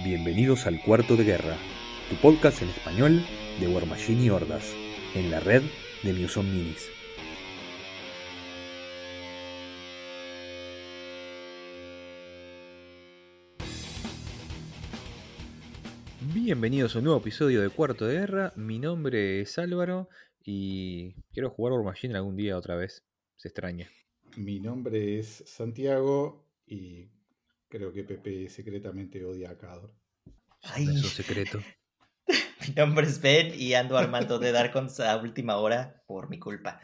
Bienvenidos al Cuarto de Guerra, tu podcast en español de War Machine y Hordas, en la red de Muson Minis. Bienvenidos a un nuevo episodio de Cuarto de Guerra. Mi nombre es Álvaro y quiero jugar War Machine algún día otra vez. Se extraña. Mi nombre es Santiago y creo que Pepe secretamente odia a Cador. Eso no Ay, es un secreto. mi nombre es Ben y ando armando de Darkons a última hora por mi culpa.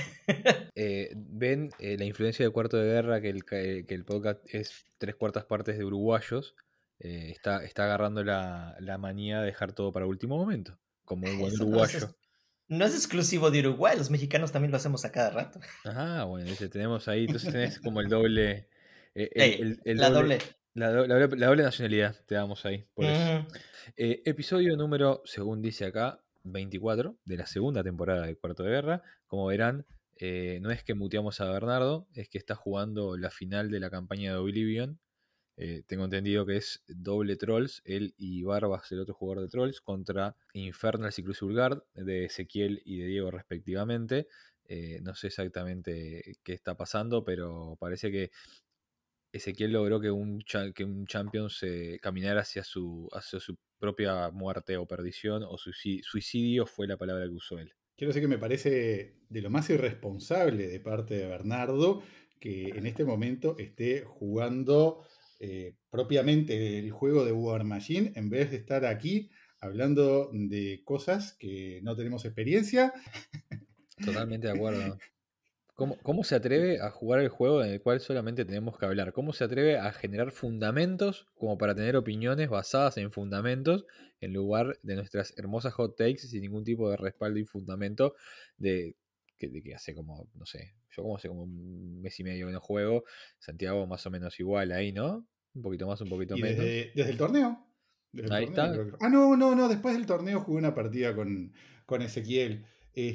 Ven la influencia de Cuarto de Guerra, que el podcast es 3/4 partes de uruguayos. Está agarrando la manía de dejar todo para último momento, como un buen Eso uruguayo. no es exclusivo de Uruguay, los mexicanos también lo hacemos a cada rato. Ah, bueno, dice, tenemos ahí, entonces tenés como el doble, el La doble, doble. la doble nacionalidad te damos ahí, por eso. Ujú. Episodio número, según dice acá, 24 de la segunda temporada de Cuarto de Guerra. Como verán, no es que muteamos a Bernardo, es que está jugando la final de la campaña de Oblivion. Tengo entendido que es doble Trolls, él y Barbas, el otro jugador de Trolls, contra Infernals y Crucible Guard, de Ezequiel y de Diego respectivamente. No sé exactamente qué está pasando, pero parece que Ezequiel logró que un champion se caminara hacia su propia muerte o perdición, o suicidio fue la palabra que usó él. Quiero decir que me parece de lo más irresponsable de parte de Bernardo que en este momento esté jugando propiamente el juego de War Machine en vez de estar aquí hablando de cosas que no tenemos experiencia. Totalmente de acuerdo. ¿Cómo se atreve a jugar el juego en el cual solamente tenemos que hablar? ¿Cómo se atreve a generar fundamentos como para tener opiniones basadas en fundamentos en lugar de nuestras hermosas hot takes sin ningún tipo de respaldo y fundamento de que hace como, no sé, yo como hace como un mes y medio que no juego, Santiago más o menos igual ahí, ¿no? Un poquito más, un poquito Y menos. desde el torneo. Desde el Ahí torneo está. creo que... Ah, no, después del torneo jugué una partida con Ezequiel.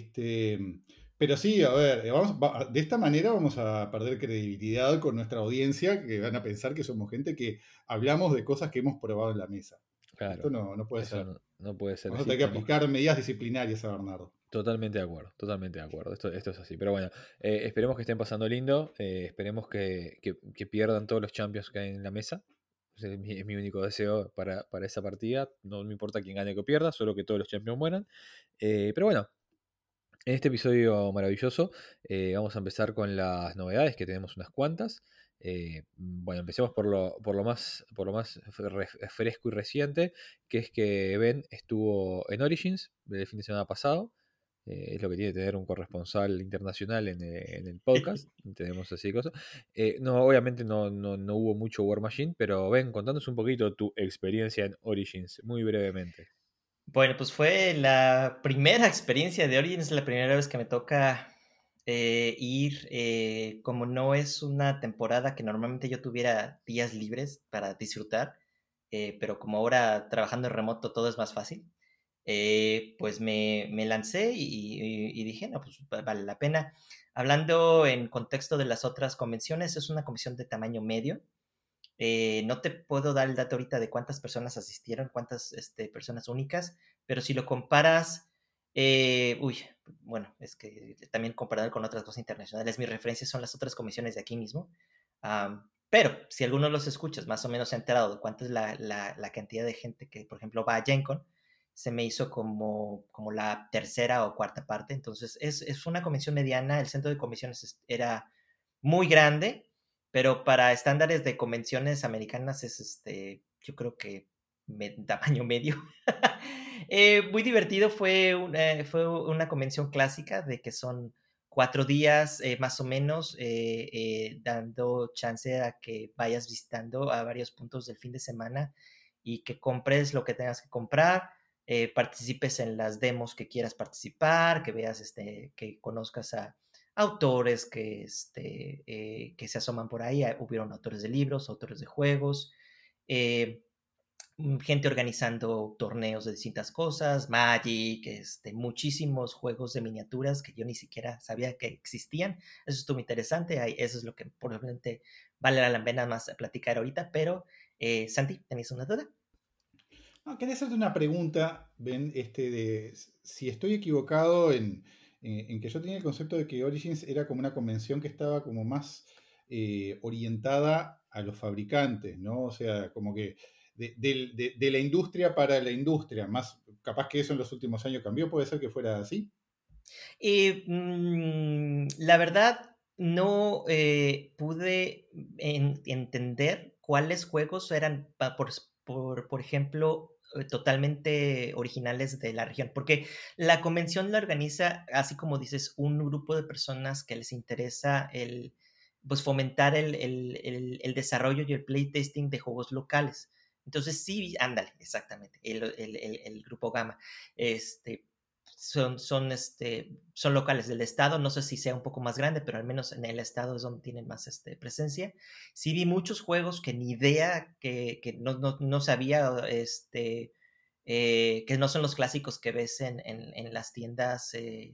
Pero sí, a ver, de esta manera vamos a perder credibilidad con nuestra audiencia, que van a pensar que somos gente que hablamos de cosas que hemos probado en la mesa. Esto Claro, no puede eso ser. no puede ser Vamos a así. tener que Tenemos aplicar medidas disciplinarias a Bernardo. Totalmente de acuerdo, totalmente de acuerdo. Esto es así. Pero bueno, esperemos que estén pasando lindo. Esperemos que pierdan todos los champions que hay en la mesa. Es mi único deseo para esa partida. No me importa quién gane o que pierda, solo que todos los champions mueran. Pero bueno, en este episodio maravilloso vamos a empezar con las novedades, que tenemos unas cuantas. Bueno, empecemos por lo más fresco y reciente, que es que Ben estuvo en Origins el fin de semana pasado. Es lo que tiene tener un corresponsal internacional en el podcast. Tenemos así cosas. No, obviamente no hubo mucho War Machine, pero Ben, contanos un poquito tu experiencia en Origins, muy brevemente. Bueno, pues fue la primera experiencia de Origins, es la primera vez que me toca ir, como no es una temporada que normalmente yo tuviera días libres para disfrutar, pero como ahora trabajando en remoto todo es más fácil, pues me lancé y dije, no, pues vale la pena. Hablando en contexto de las otras convenciones, es una convención de tamaño medio. No te puedo dar el dato ahorita de cuántas personas asistieron, cuántas personas únicas, pero si lo comparas, bueno, es que también comparado con otras cosas internacionales, mis referencias son las otras comisiones de aquí mismo. Pero si alguno de los escuchas más o menos se ha enterado de cuánta es la cantidad de gente que, por ejemplo, va a Gen Con, se me hizo como la tercera o cuarta parte. Entonces, es una convención mediana. El centro de convenciones era muy grande, pero para estándares de convenciones americanas es yo creo que tamaño medio. Muy divertido, fue una convención clásica de que son 4 días más o menos, dando chance a que vayas visitando a varios puntos del fin de semana y que compres lo que tengas que comprar, participes en las demos que quieras participar, que veas, que conozcas a autores que se asoman por ahí. Hubieron autores de libros, autores de juegos, eh, gente organizando torneos de distintas cosas, Magic, muchísimos juegos de miniaturas que yo ni siquiera sabía que existían. Eso estuvo interesante, eso es lo que probablemente vale la pena más platicar ahorita, pero Santi, ¿tenéis una duda? Quería hacerte una pregunta, Ben, de si estoy equivocado en que yo tenía el concepto de que Origins era como una convención que estaba como más orientada a los fabricantes, ¿no? O sea, como que de la industria para la industria, más capaz que eso en los últimos años cambió, ¿puede ser que fuera así? La verdad, no pude entender cuáles juegos eran, por ejemplo, totalmente originales de la región, porque la convención la organiza, así como dices, un grupo de personas que les interesa pues fomentar el desarrollo y el playtesting de juegos locales. Entonces sí, ándale, exactamente, el grupo Gama. Son locales del estado, no sé si sea un poco más grande, pero al menos en el estado es donde tienen más presencia. Sí vi muchos juegos que ni idea, que no sabía, que no son los clásicos que ves en las tiendas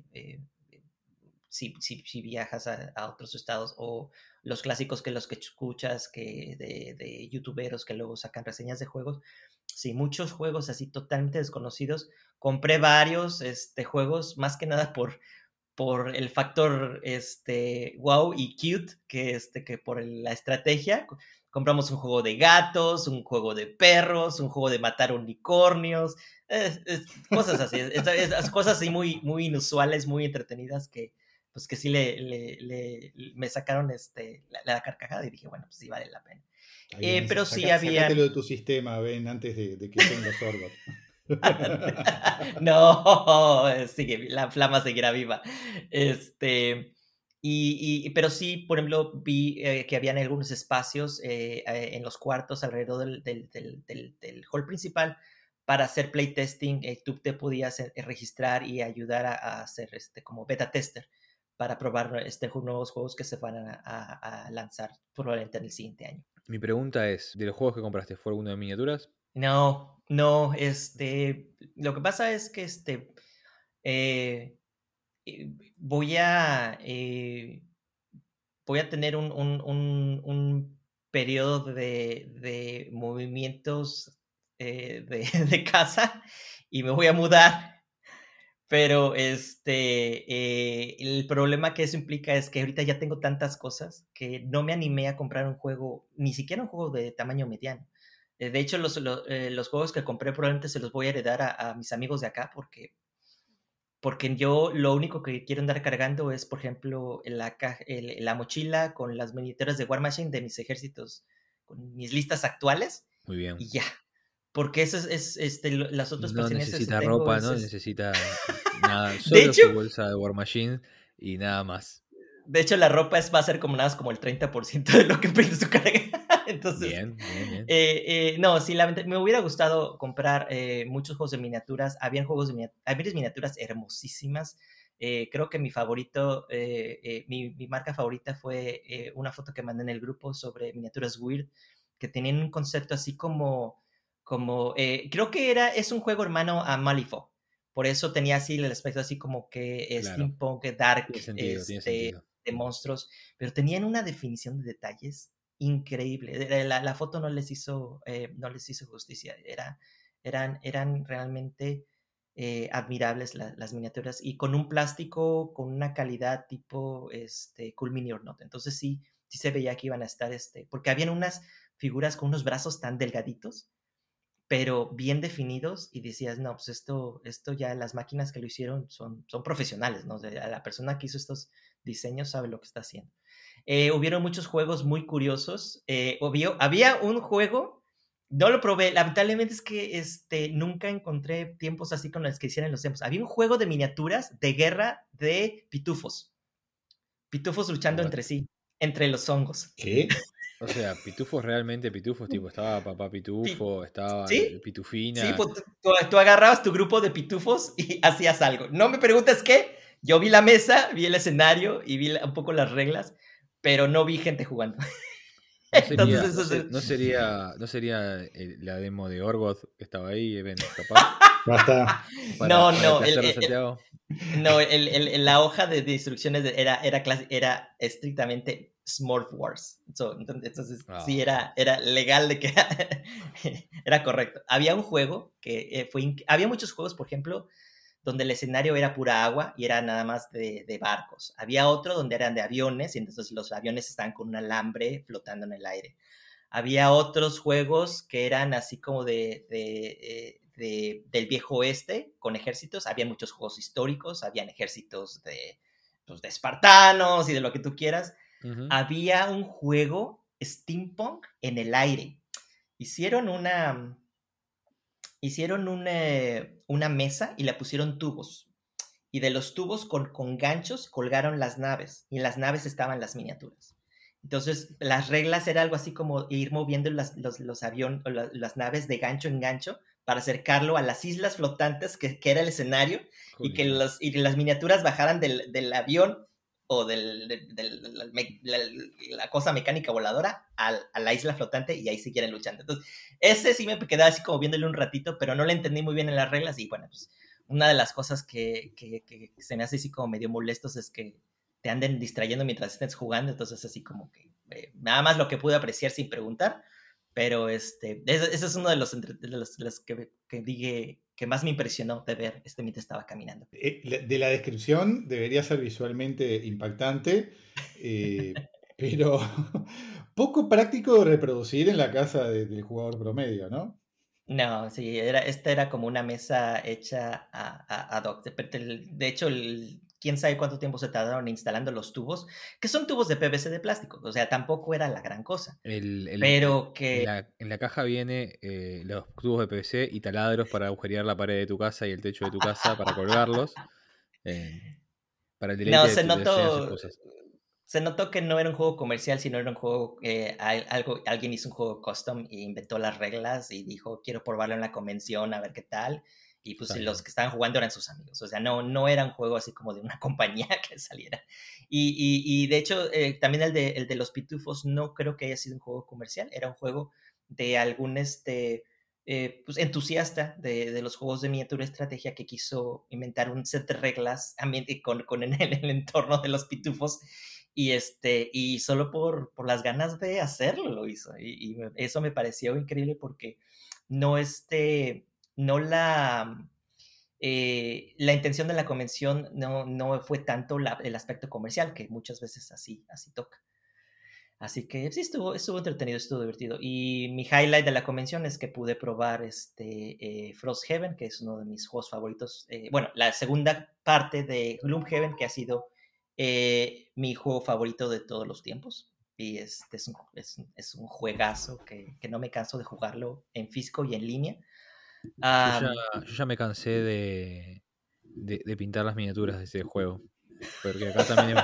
si viajas a otros estados, o los clásicos que los que escuchas de youtuberos que luego sacan reseñas de juegos. Sí, muchos juegos así totalmente desconocidos. Compré varios juegos, más que nada por el factor wow y cute, que por la estrategia. Compramos un juego de gatos, un juego de perros, un juego de matar unicornios, cosas así, cosas así muy, muy inusuales, muy entretenidas pues que sí me sacaron la carcajada y dije, bueno, pues sí vale la pena. Pero sí Sacátelo habían... de tu sistema, Ben, antes de que estén los Orgot. No, sigue, la flama seguirá viva. Pero sí, por ejemplo, vi que habían algunos espacios en los cuartos alrededor del hall principal para hacer playtesting. Tú te podías registrar y ayudar a hacer como beta tester para probar nuevos juegos que se van a lanzar probablemente en el siguiente año. Mi pregunta es, ¿de los juegos que compraste fue alguno de miniaturas? No, lo que pasa es que eh, voy a tener un periodo de movimientos de casa y me voy a mudar, pero el problema que eso implica es que ahorita ya tengo tantas cosas que no me animé a comprar un juego, ni siquiera un juego de tamaño mediano. De hecho, los juegos que compré probablemente se los voy a heredar a mis amigos de acá porque yo lo único que quiero andar cargando es, por ejemplo, la mochila con las miniaturas de War Machine de mis ejércitos, con mis listas actuales, Muy bien. y ya. Porque eso las otras No pertenencias necesita que tengo ropa, no necesita nada, De solo hecho, su bolsa de War Machine y nada más. de hecho, la ropa va a ser como nada más como el 30% de lo que prende su carga. Entonces, Bien. no, sí, me hubiera gustado comprar muchos juegos de miniaturas. Había varias miniaturas hermosísimas. Creo que mi favorito, mi marca favorita fue una foto que mandé en el grupo sobre miniaturas Weird, que tenían un concepto así creo que es un juego hermano a Malifaux. Por eso tenía así el aspecto así como que Claro. steampunk, dark, Tiene sentido. de monstruos, pero tenían una definición de detalles increíble. La foto no les hizo justicia. Eran realmente admirables las miniaturas y con un plástico, con una calidad tipo Cool Mini or Not. Entonces sí se veía que iban a estar, porque habían unas figuras con unos brazos tan delgaditos, pero bien definidos, y decías, no, pues esto ya las máquinas que lo hicieron son profesionales, ¿no? O sea, la persona que hizo estos diseños sabe lo que está haciendo. Hubieron muchos juegos muy curiosos. Había un juego, no lo probé, lamentablemente es que nunca encontré tiempos así con los que hicieran los tiempos. Había un juego de miniaturas de guerra de pitufos luchando entre sí, entre los hongos. ¿Qué? O sea, pitufos realmente, pitufos, tipo, estaba Papá Pitufo, estaba ¿Sí? Pitufina. Sí, pues tú agarrabas tu grupo de pitufos y hacías algo. No me preguntes qué. Yo vi la mesa, vi el escenario y vi un poco las reglas, pero no vi gente jugando. No sería la demo de Orgoth que estaba ahí, capaz. Basta. No, para hacerlo, Santiago. no, la hoja de instrucciones era estrictamente Smurf Wars. Entonces sí era legal de que era correcto. Había un juego que había muchos juegos, por ejemplo, donde el escenario era pura agua y era nada más de barcos. Había otro donde eran de aviones y entonces los aviones estaban con un alambre flotando en el aire. Había otros juegos que eran así como del viejo oeste, con ejércitos. Había muchos juegos históricos, habían ejércitos de espartanos y de lo que tú quieras. Uh-huh. Había un juego steampunk en el aire. Hicieron una mesa y le pusieron tubos. Y de los tubos con ganchos colgaron las naves. Y en las naves estaban las miniaturas. Entonces, las reglas era algo así como ir moviendo los aviones, las naves de gancho en gancho para acercarlo a las islas flotantes que era el escenario. Cool. Y que las miniaturas bajaran del avión o la cosa mecánica voladora a la isla flotante y ahí siguieran luchando. Entonces, ese sí me quedaba así como viéndole un ratito, pero no le entendí muy bien en las reglas y bueno, pues una de las cosas que se me hace así como medio molestos es que te anden distrayendo mientras estés jugando, entonces así como que nada más lo que pude apreciar sin preguntar, pero ese es uno de los que dije que más me impresionó de ver mientras estaba caminando. De la descripción debería ser visualmente impactante, pero poco práctico de reproducir en la casa del jugador promedio, ¿no? No, sí, esta era como una mesa hecha ad hoc. De hecho, quién sabe cuánto tiempo se tardaron instalando los tubos, que son tubos de PVC de plástico, o sea, tampoco era la gran cosa. Pero que... En la caja viene los tubos de PVC y taladros para agujerear la pared de tu casa y el techo de tu casa para colgarlos. Para el deleite de esposas. Se notó que no era un juego comercial, sino era un juego, alguien hizo un juego custom e inventó las reglas y dijo, quiero probarlo en la convención, a ver qué tal. Y pues los que estaban jugando eran sus amigos. O sea, no era un juego así como de una compañía que saliera. Y de hecho, también el de los pitufos no creo que haya sido un juego comercial. Era un juego de algún pues entusiasta de los juegos de miniatura estrategia que quiso inventar un set de reglas con el entorno de los pitufos. Y solo por las ganas de hacerlo lo hizo. Y eso me pareció increíble porque no la intención de la convención no fue tanto el aspecto comercial, que muchas veces así toca. Así que sí, estuvo entretenido, estuvo divertido. Y mi highlight de la convención es que pude probar Frosthaven, que es uno de mis juegos favoritos. Bueno, la segunda parte de Gloomhaven, que ha sido mi juego favorito de todos los tiempos. Y es un juegazo que no me canso de jugarlo en físico y en línea. Yo ya me cansé de pintar las miniaturas de ese juego. Porque acá también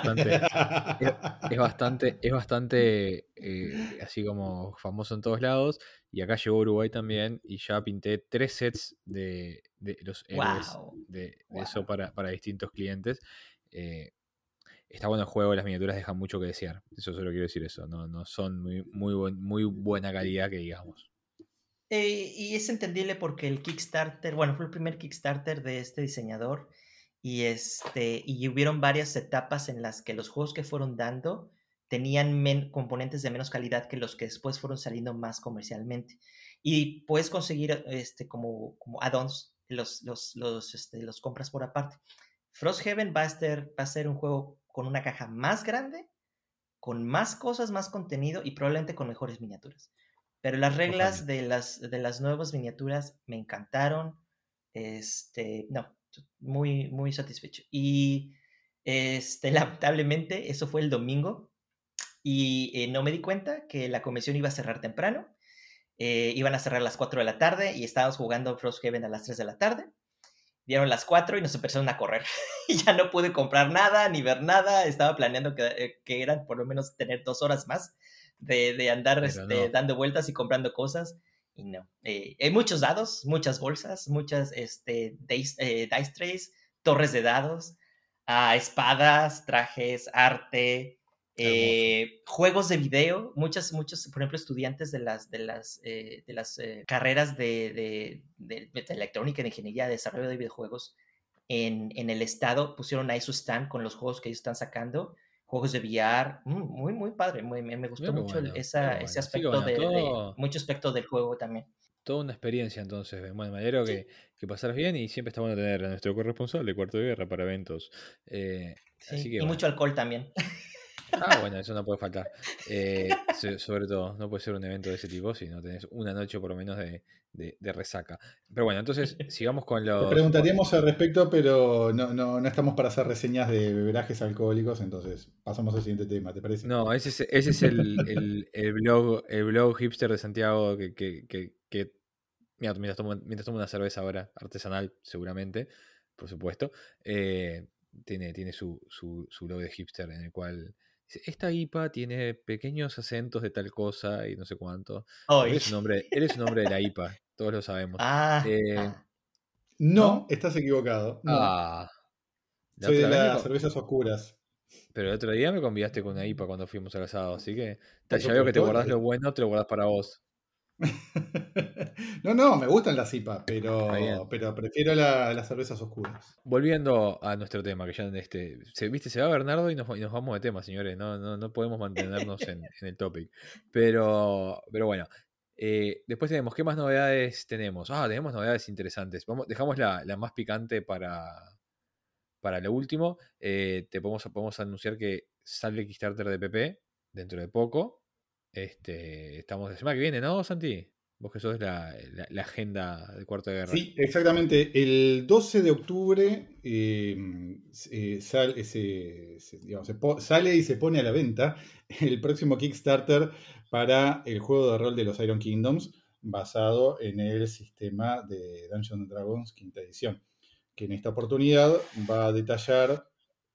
es bastante así como famoso en todos lados. Y acá llegó Uruguay también. Y ya pinté 3 sets de los héroes de eso para distintos clientes. Está bueno el juego, las miniaturas dejan mucho que desear. Eso solo quiero decir eso. No son muy buena calidad que digamos. Y es entendible porque el Kickstarter, bueno, fue el primer Kickstarter de este diseñador. Y hubieron varias etapas en las que los juegos que fueron dando tenían componentes de menos calidad que los que después fueron saliendo más comercialmente. Y puedes conseguir como add-ons, los compras por aparte. Frosthaven va a ser un juego con una caja más grande, con más cosas, más contenido y probablemente con mejores miniaturas. Pero las reglas de las nuevas miniaturas me encantaron. No, muy satisfecho. Y lamentablemente eso fue el domingo y no me di cuenta que la convención iba a cerrar temprano. Iban a cerrar a las 4 de la tarde y estábamos jugando Frosthaven a las 3 de la tarde. Dieron las 4 y nos empezaron a correr. Y ya no pude comprar nada ni ver nada. Estaba planeando que eran por lo menos tener 2 horas más de andar dando vueltas y comprando cosas. Y no. Hay muchos dados, muchas bolsas, muchas dice trays, torres de dados, espadas, trajes, arte, Juegos de video, muchos, por ejemplo, estudiantes de las carreras de electrónica, de ingeniería, de desarrollo de videojuegos en el estado pusieron ahí su stand con los juegos que ellos están sacando, juegos de VR, muy, muy padre, me gustó mucho ese aspecto mucho aspecto del juego también. Toda una experiencia entonces. Bueno, me alegro que pasaras bien y siempre está bueno tener a nuestro corresponsal de Cuarto de Guerra para eventos. Así que, y mucho alcohol también. Bueno, eso no puede faltar. Sobre todo, no puede ser un evento de ese tipo si no tenés una noche por lo menos de resaca. Pero bueno, entonces sigamos con los... Te preguntaríamos al respecto, pero no estamos para hacer reseñas de beberajes alcohólicos, entonces pasamos al siguiente tema, ¿te parece? No, ese es el blog hipster de Santiago que mira, mientras tomo una cerveza ahora, artesanal seguramente, por supuesto, tiene su blog de hipster en el cual dice, esta IPA tiene pequeños acentos de tal cosa y no sé cuánto. Eres un hombre de la IPA, todos lo sabemos. No, estás equivocado. No. La Soy de otra vez las cervezas oscuras. Pero el otro día me convidaste con una IPA cuando fuimos al asado, así que Por ya veo que te supuesto. guardás lo bueno, te lo guardás para vos. No, me gustan las IPA, Está bien. pero prefiero las cervezas oscuras. Volviendo a nuestro tema, que ya se va Bernardo y nos vamos de tema, señores. No podemos mantenernos en el topic. Pero bueno. Después tenemos, ¿qué más novedades tenemos? Tenemos novedades interesantes. Dejamos la más picante para lo último. Podemos anunciar que sale Kickstarter de PP dentro de poco. Estamos la semana que viene, ¿no, Santi? Vos que sos la agenda de Cuarto de Guerra. Sí, exactamente. El 12 de octubre sale y se pone a la venta el próximo Kickstarter para el juego de rol de los Iron Kingdoms, basado en el sistema de Dungeons & Dragons quinta edición, que en esta oportunidad va a detallar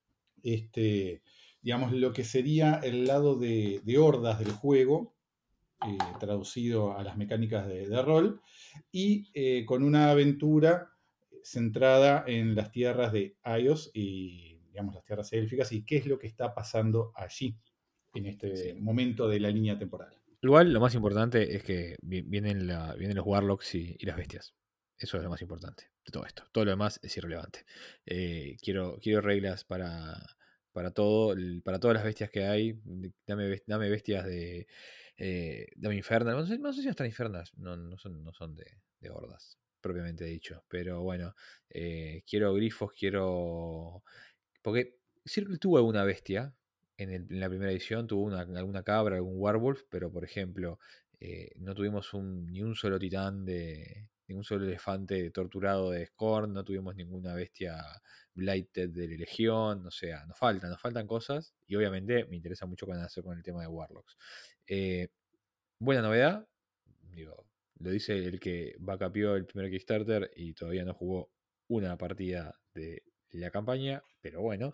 lo que sería el lado de hordas del juego, traducido a las mecánicas de rol, y con una aventura centrada en las tierras de Aios y, digamos, las tierras élficas, y qué es lo que está pasando allí en este momento de la línea temporal. Igual lo más importante es que vienen los Warlocks y las bestias. Eso es lo más importante de todo esto. Todo lo demás es irrelevante. Quiero reglas para todo, para todas las bestias que hay. Dame bestias de... dame infernas. No sé si están infernas. No son de hordas, propiamente dicho. Pero bueno, quiero grifos, quiero... Porque Circle tuvo alguna bestia. En la primera edición tuvo alguna cabra, algún werewolf, pero por ejemplo, no tuvimos ni un solo titán ningún solo elefante torturado de Scorn, no tuvimos ninguna bestia blighted de la Legión, o sea, nos faltan cosas, y obviamente me interesa mucho qué van a hacer con el tema de Warlocks. Buena novedad, digo, lo dice el que vacapió el primer Kickstarter y todavía no jugó una partida de la campaña, pero bueno.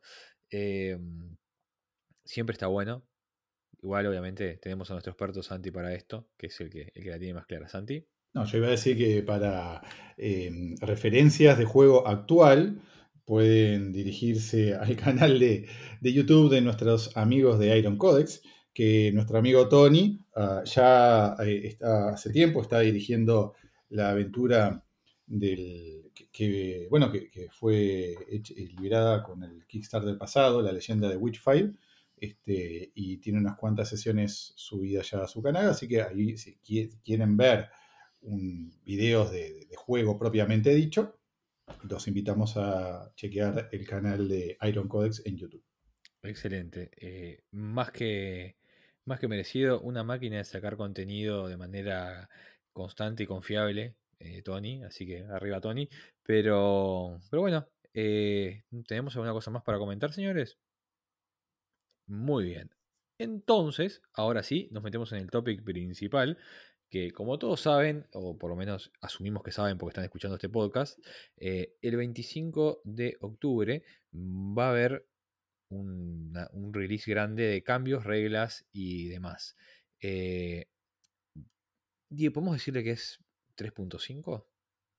Siempre está bueno. Igual, obviamente, tenemos a nuestro experto Santi para esto, que es el que la tiene más clara. Santi. No, yo iba a decir que para referencias de juego actual pueden dirigirse al canal de YouTube de nuestros amigos de Iron Codex, que nuestro amigo Tony hace tiempo está dirigiendo la aventura que fue liberada con el Kickstarter pasado, la leyenda de Witchfire, y tiene unas cuantas sesiones subidas ya a su canal, así que ahí si quieren ver videos de juego propiamente dicho, los invitamos a chequear el canal de Iron Codex en YouTube. Excelente. Más que merecido, una máquina de sacar contenido de manera constante y confiable, Tony. Así que arriba, Tony. Pero bueno, ¿tenemos alguna cosa más para comentar, señores? Muy bien. Entonces, ahora sí, nos metemos en el topic principal, que como todos saben, o por lo menos asumimos que saben porque están escuchando este podcast, el 25 de octubre va a haber un release grande de cambios, reglas y demás. Diego, ¿podemos decirle que es 3.5?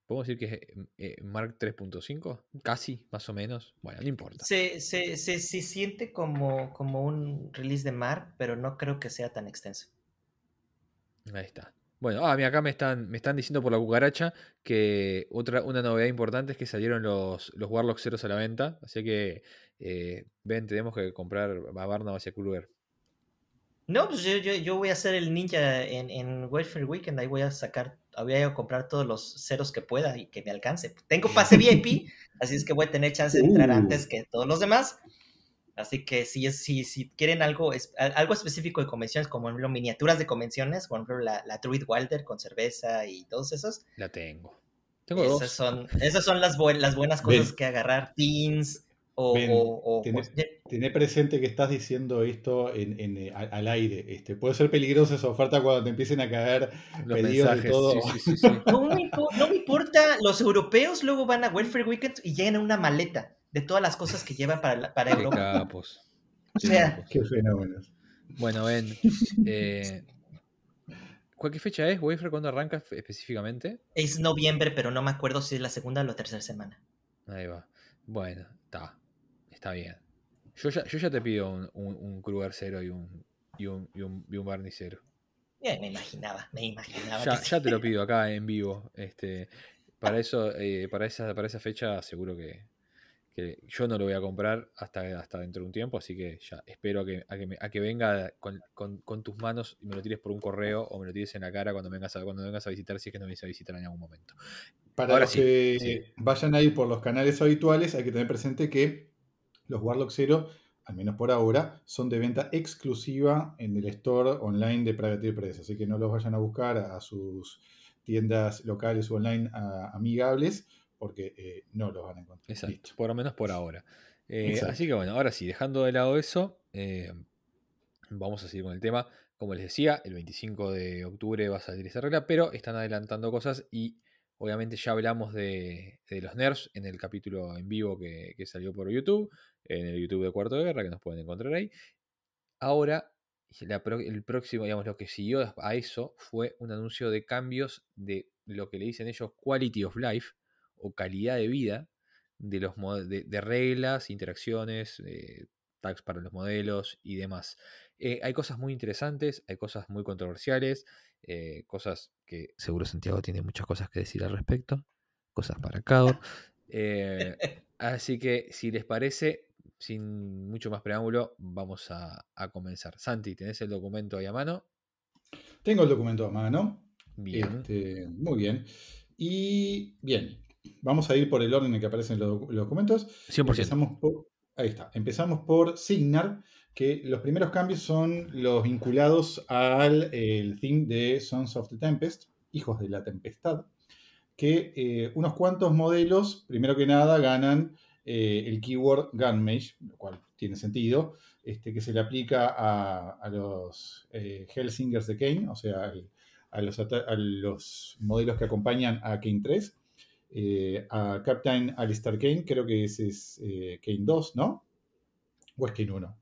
¿Podemos decir que es Mark 3.5? Casi, más o menos. Bueno, no importa. Se siente como un release de Mark, pero no creo que sea tan extenso. Ahí está. Bueno, mira, acá me están diciendo por la cucaracha que una novedad importante es que salieron los Warlock ceros a la venta. Así que, ven, tenemos que comprar a Barnabas y a Kruger. No, pues yo voy a hacer el ninja en Welfare Weekend. Ahí voy a comprar todos los ceros que pueda y que me alcance. Tengo pase VIP, así es que voy a tener chance de entrar antes que todos los demás. Así que si quieren algo específico de convenciones, como por ejemplo miniaturas de convenciones, por ejemplo la Druid Wilder con cerveza y todos esos. La tengo. Tengo dos. Esas son las buenas cosas que agarrar. Teens o tené presente que estás diciendo esto al aire. Puede ser peligrosa esa oferta cuando te empiecen a caer los pedidos mensajes, de todo. Sí. No me importa. Los europeos luego van a Welfare Weekend y llegan una maleta de todas las cosas que llevan para Qué Europa. capos. O sea, qué fenómenos. Bueno, ven. ¿Qué fecha es, Wafer? ¿Cuándo arranca específicamente? es noviembre, pero no me acuerdo si es la segunda o la tercera semana. Ahí va. Bueno, está bien. Yo ya te pido un Kruger 0 y un Barney 0. Me imaginaba. Ya te lo pido acá en vivo. Para eso, para esa fecha seguro que yo no lo voy a comprar hasta dentro de un tiempo, así que ya espero a que venga con tus manos y me lo tires por un correo o me lo tires en la cara cuando vengas a visitar, si es que no vienes a visitar en algún momento. Para Ahora los que vayan a ir por los canales habituales, hay que tener presente que los Warlock Zero, al menos por ahora, son de venta exclusiva en el store online de Privateer Press. Así que no los vayan a buscar a sus tiendas locales o online amigables, porque no los van a encontrar. Exacto, Listo. por lo menos por ahora. Así que bueno, ahora sí, dejando de lado eso, vamos a seguir con el tema. Como les decía, el 25 de octubre va a salir esa regla, pero están adelantando cosas y obviamente ya hablamos de los nerfs en el capítulo en vivo que salió por YouTube, en el YouTube de Cuarto de Guerra, que nos pueden encontrar ahí. Ahora, el próximo, digamos, lo que siguió a eso fue un anuncio de cambios de lo que le dicen ellos quality of life o calidad de vida de reglas, interacciones, tags para los modelos y demás. Hay cosas muy interesantes, hay cosas muy controversiales, cosas que seguro Santiago tiene muchas cosas que decir al respecto, cosas para Cado. Así que si les parece, sin mucho más preámbulo, vamos a comenzar. Santi, ¿tenés el documento ahí a mano? Tengo el documento a mano. Bien. Muy bien. Y bien, vamos a ir por el orden en que aparecen los documentos. 100%. Empezamos por Signar, que los primeros cambios son los vinculados al theme de Sons of the Tempest, Hijos de la Tempestad, que unos cuantos modelos, primero que nada, ganan el keyword Gunmage, lo cual tiene sentido, que se le aplica a los Hellsingers de Kane, o sea, a los modelos que acompañan a Kane 3. A Captain Alistair Kane, creo que ese es Kane 2, ¿no? ¿O es Kane 1?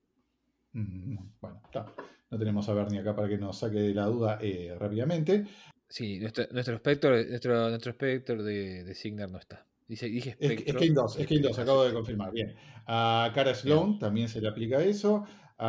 Bueno, está. No tenemos a Bernie acá para que nos saque de la duda rápidamente. Sí, nuestro Spectre de Signar no está. Dije Es Kane 2, acabo de confirmar. Bien. A Cara Sloan también se le aplica eso.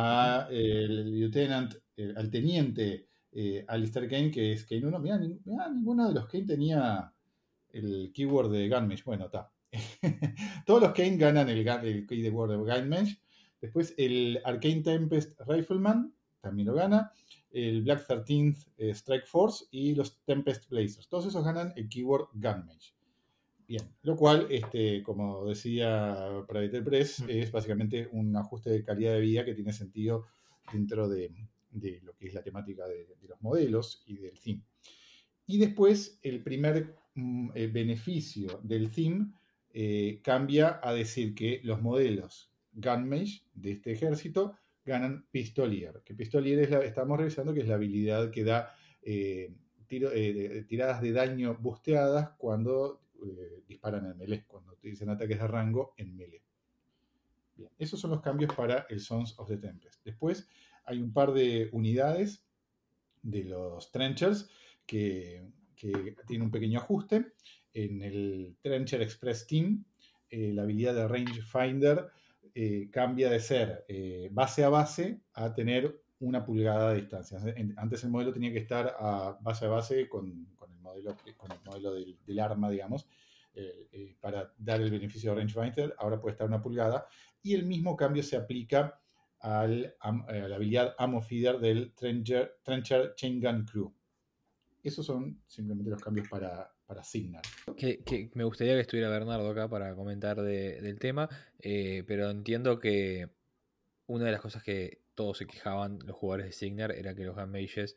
Al teniente Alistair Kane, que es Kane 1. Mirá, ninguno de los Kane tenía el keyword de Gunmage. Bueno, está. Todos los Kane ganan el keyword de Gunmage. Después el Arcane Tempest Rifleman también lo gana. El Black 13th Strike Force y los Tempest Blazers. Todos esos ganan el keyword Gunmage. Bien, lo cual, como decía Privateer Press, es básicamente un ajuste de calidad de vida que tiene sentido dentro de lo que es la temática de los modelos y del theme. Y después, el primer beneficio del theme cambia a decir que los modelos Gunmage de este ejército ganan Pistolier. Que Pistolier estamos revisando que es la habilidad que da tiradas de daño busteadas cuando disparan en melee, cuando utilizan ataques de rango en melee. Bien, esos son los cambios para el Sons of the Tempest. Después hay un par de unidades de los Trenchers que tienen un pequeño ajuste. en el Trencher Express Team, la habilidad de Rangefinder cambia de ser base a base a tener 1 pulgada de distancia. Antes el modelo tenía que estar base a base con el modelo del arma, digamos, para dar el beneficio de Rangefinder. Ahora puede estar 1 pulgada. Y el mismo cambio se aplica a la habilidad Ammo Feeder del Trencher Chain Gun Crew. Esos son simplemente los cambios para Signar. Que me gustaría que estuviera Bernardo acá para comentar del tema, pero entiendo que una de las cosas que todos se quejaban los jugadores de Signar era que los Gun Mages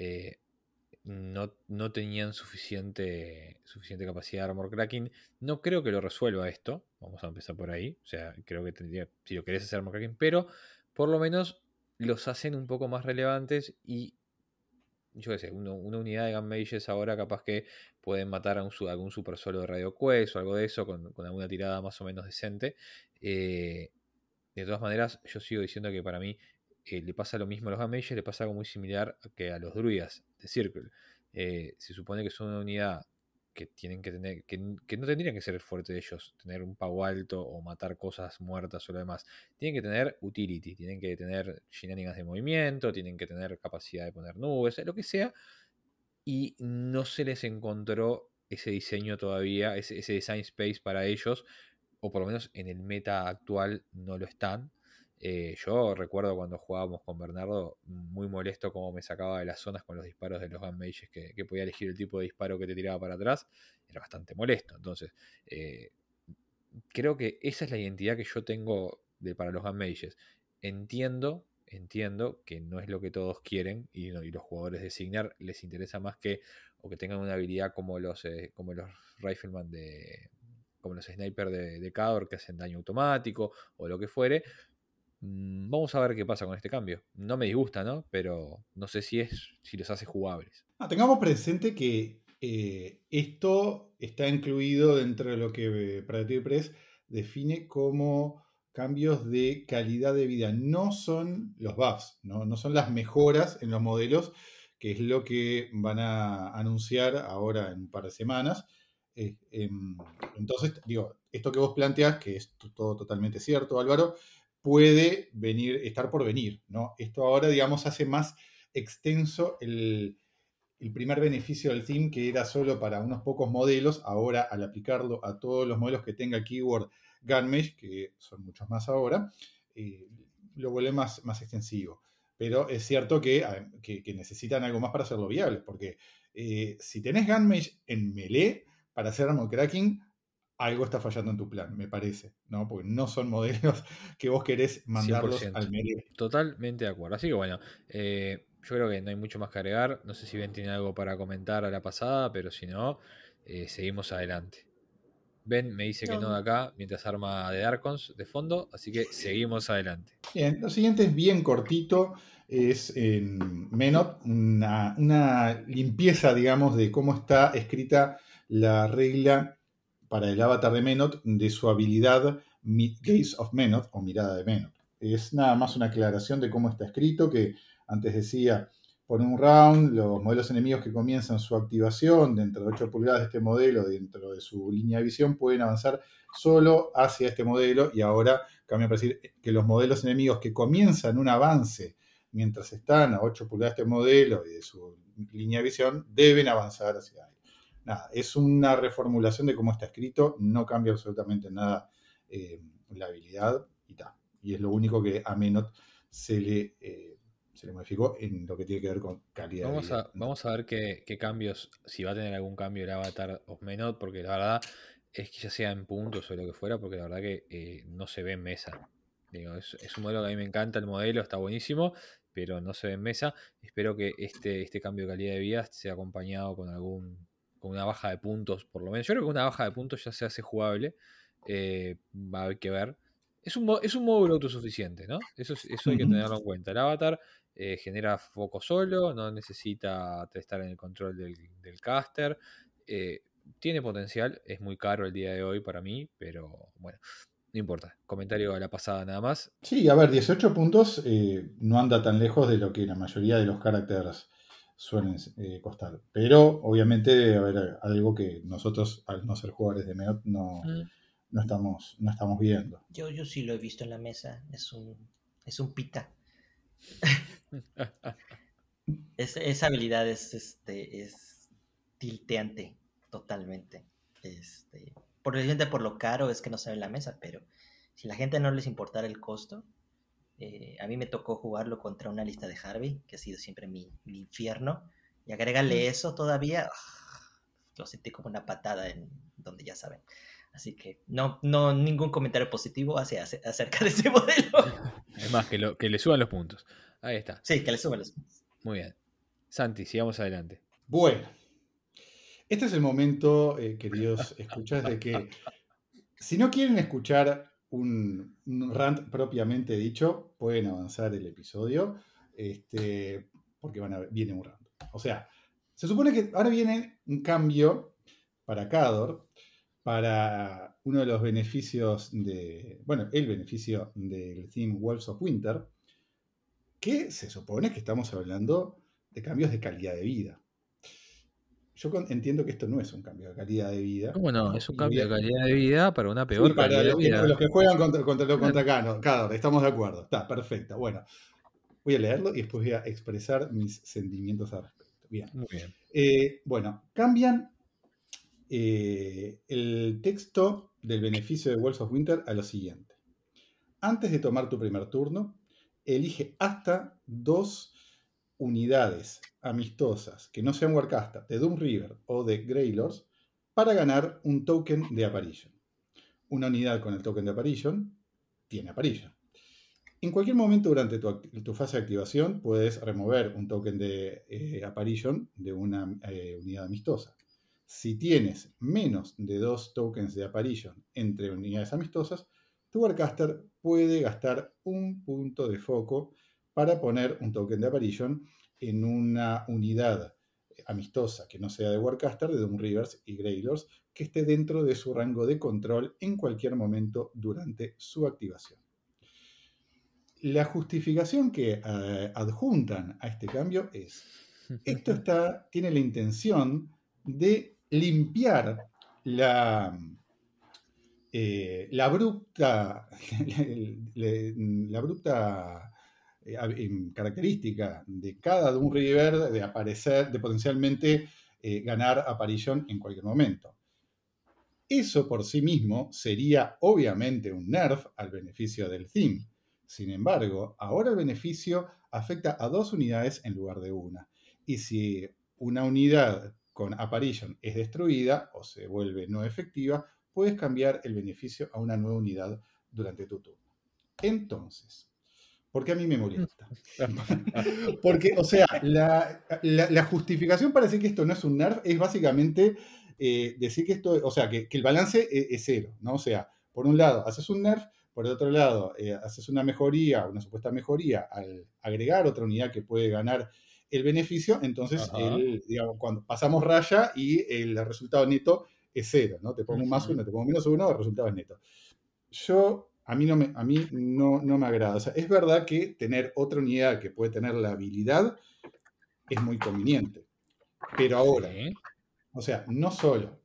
no tenían suficiente capacidad de armor cracking. No creo que lo resuelva esto. Vamos a empezar por ahí. O sea, creo que tendría, si lo querés hacer armor cracking, pero por lo menos los hacen un poco más relevantes y yo qué sé, una unidad de Gun Mages ahora capaz que pueden matar a algún super solo de Radio Quest o algo de eso con alguna tirada más o menos decente. De todas maneras, yo sigo diciendo que para mí le pasa lo mismo a los Gun Mages, le pasa algo muy similar que a los druidas de Circle. Se supone que son una unidad que tienen que tener, que no tendrían que ser el fuerte de ellos, tener un pago alto o matar cosas muertas o lo demás. Tienen que tener utility, tienen que tener shenanigans de movimiento, tienen que tener capacidad de poner nubes, lo que sea. Y no se les encontró ese diseño todavía, ese design space para ellos, o por lo menos en el meta actual no lo están. Yo recuerdo cuando jugábamos con Bernardo, muy molesto como me sacaba de las zonas con los disparos de los Gun Mages, que podía elegir el tipo de disparo que te tiraba para atrás. Era bastante molesto. Entonces, creo que esa es la identidad que yo tengo para los Gun Mages. Entiendo que no es lo que todos quieren y los jugadores de Signar les interesa más que tengan una habilidad como los Rifleman como los Snipers de Khador que hacen daño automático o lo que fuere. Vamos a ver qué pasa con este cambio. No me disgusta, ¿no? Pero no sé si los hace jugables. Tengamos presente que esto está incluido dentro de lo que Predatory Press define como cambios de calidad de vida. No son los buffs, no son las mejoras en los modelos, que es lo que van a anunciar ahora en un par de semanas. Entonces, digo, esto que vos planteás, que es todo totalmente cierto, Álvaro, puede estar por venir, ¿no? Esto ahora, digamos, hace más extenso el primer beneficio del theme, que era solo para unos pocos modelos. Ahora, al aplicarlo a todos los modelos que tenga keyword Gunmesh, que son muchos más ahora, lo vuelve más extensivo. Pero es cierto que necesitan algo más para hacerlo viable, porque si tenés Gunmesh en melee para hacer armor cracking, algo está fallando en tu plan, me parece, ¿no? Porque no son modelos que vos querés mandarlos 100%. al melee. Totalmente de acuerdo. Así que bueno, yo creo que no hay mucho más que agregar. No sé si Ben tiene algo para comentar a la pasada, pero si no, seguimos adelante. Ben me dice que no de acá, mientras arma de Darkons de fondo, así que seguimos adelante. Bien, lo siguiente es bien cortito, es en Menot, una limpieza, digamos, de cómo está escrita la regla para el avatar de Menot de su habilidad Gaze of Menot o mirada de Menot. Es nada más una aclaración de cómo está escrito, que antes decía, por un round, los modelos enemigos que comienzan su activación dentro de 8 pulgadas de este modelo, dentro de su línea de visión, pueden avanzar solo hacia este modelo, y ahora cambia para decir que los modelos enemigos que comienzan un avance mientras están a 8 pulgadas de este modelo y de su línea de visión, deben avanzar hacia ahí. Nada, es una reformulación de cómo está escrito, no cambia absolutamente nada la habilidad y tal. Y es lo único que a Menot se le modificó en lo que tiene que ver con calidad de vida. Vamos a ver qué cambios, si va a tener algún cambio el avatar of Menot, porque la verdad es que ya sea en puntos o lo que fuera, porque la verdad que no se ve en mesa. Digo, es un modelo que a mí me encanta, el modelo está buenísimo, pero no se ve en mesa. Espero que este cambio de calidad de vida sea acompañado con una baja de puntos, por lo menos. Yo creo que una baja de puntos ya se hace jugable. Va a haber que ver. Es un módulo autosuficiente, ¿no? Eso hay que tenerlo en cuenta. El avatar genera foco solo, no necesita estar en el control del caster. Tiene potencial, es muy caro el día de hoy para mí, pero bueno, no importa. Comentario a la pasada nada más. Sí, a ver, 18 puntos no anda tan lejos de lo que la mayoría de los caracteres suelen costar. Pero obviamente debe haber algo que nosotros, al no ser jugadores de MEOT, no estamos viendo. Yo sí lo he visto en la mesa, es un pita. Esa habilidad es tilteante totalmente. Probablemente por lo caro es que no se ve en la mesa, pero si la gente no les importara el costo, a mí me tocó jugarlo contra una lista de Harvey, que ha sido siempre mi infierno, y agrégale eso todavía, lo sentí como una patada en donde ya saben. Así que no ningún comentario positivo acerca de ese modelo. Es más, que le suban los puntos. Ahí está. Sí, que le suban los puntos. Muy bien. Santi, sigamos adelante. Bueno, este es el momento, queridos escuchas, de que si no quieren escuchar un rant propiamente dicho, pueden avanzar el episodio, porque viene un rant. O sea, se supone que ahora viene un cambio para Khador, para uno de los beneficios el beneficio del theme Wolves of Winter, que se supone que estamos hablando de cambios de calidad de vida. Yo entiendo que esto no es un cambio de calidad de vida. ¿Cómo no? Es un cambio de calidad de vida para una peor para calidad de vida. los que juegan contra Khador, estamos de acuerdo. Está perfecto. Bueno, voy a leerlo y después voy a expresar mis sentimientos al respecto. Bien. Muy bien. Bueno, cambian el texto del beneficio de Wolves of Winter a lo siguiente. Antes de tomar tu primer turno, elige hasta 2 unidades amistosas que no sean Warcaster, de Doom River o de Greylords, para ganar un token de Apparition. Una unidad con el token de Apparition tiene Apparition. En cualquier momento durante tu fase de activación puedes remover un token de Apparition de una unidad amistosa. Si tienes menos de 2 tokens de Apparition entre unidades amistosas, tu Warcaster puede gastar un punto de foco para poner un token de Apparition en una unidad amistosa que no sea de Warcaster, de Doom Rivers y Greylords, que esté dentro de su rango de control en cualquier momento durante su activación. La justificación que adjuntan a este cambio es: esto tiene la intención de limpiar la abrupta característica de cada Doom River de aparecer, de potencialmente ganar Apparition en cualquier momento. Eso por sí mismo sería obviamente un nerf al beneficio del theme. Sin embargo, ahora el beneficio afecta a 2 unidades en lugar de una. Y si una unidad con Apparition es destruida o se vuelve no efectiva, puedes cambiar el beneficio a una nueva unidad durante tu turno. Entonces, ¿por qué a mí me molesta? Porque, o sea, la justificación para decir que esto no es un nerf es básicamente decir que esto, o sea, que el balance es cero, ¿no? O sea, por un lado haces un nerf, por el otro lado haces una mejoría, una supuesta mejoría, al agregar otra unidad que puede ganar el beneficio, entonces digamos, cuando pasamos raya y el resultado neto es cero, ¿no? Te pongo un más uno, te pongo menos uno, el resultado es neto. A mí no me agrada. O sea, es verdad que tener otra unidad que puede tener la habilidad es muy conveniente. Pero ahora, o sea, no solo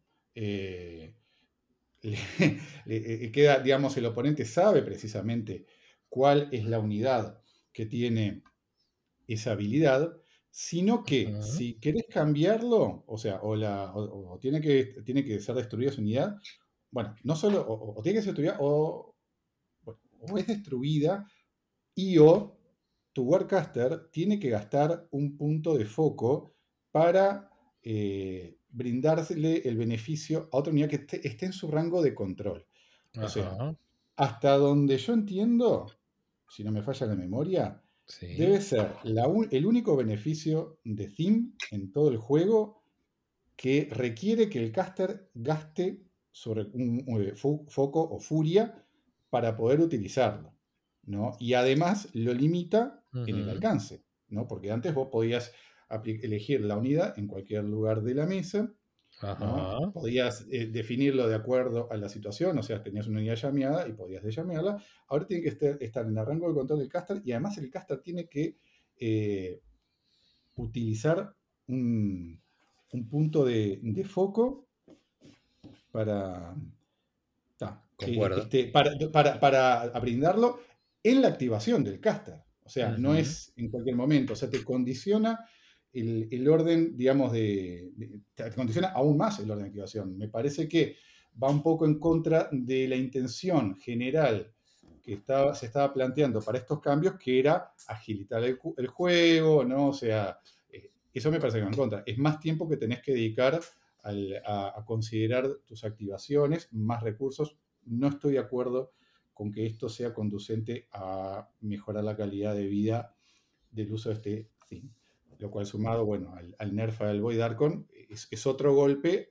queda, digamos, el oponente sabe precisamente cuál es la unidad que tiene esa habilidad, sino que si querés cambiarlo, o sea, o tiene que ser destruida esa unidad, bueno, no solo, o tiene que ser destruida, o es destruida, o tu Warcaster tiene que gastar un punto de foco para brindársele el beneficio a otra unidad que esté en su rango de control. O sea, hasta donde yo entiendo, si no me falla la memoria, debe ser el único beneficio de theme en todo el juego que requiere que el caster gaste un foco o furia para poder utilizarlo, ¿no? Y además lo limita en el alcance, ¿no? Porque antes vos podías elegir la unidad en cualquier lugar de la mesa, ¿no? Podías definirlo de acuerdo a la situación, o sea, tenías una unidad llameada y podías dellamearla. Ahora tiene que estar en el rango de control del caster, y además el caster tiene que utilizar un, un punto de foco para, Concuerdo. para brindarlo en la activación del caster. O sea, no Ujú. es en cualquier momento. O sea, te condiciona el orden, digamos, te condiciona aún más el orden de activación. Me parece que va un poco en contra de la intención general que se estaba planteando para estos cambios, que era agilitar el juego, ¿no? O sea, eso me parece que va en contra. Es más tiempo que tenés que dedicar a considerar tus activaciones, más recursos. No estoy de acuerdo con que esto sea conducente a mejorar la calidad de vida del uso de este theme. Lo cual sumado, bueno, al nerf al Void Archon, es otro golpe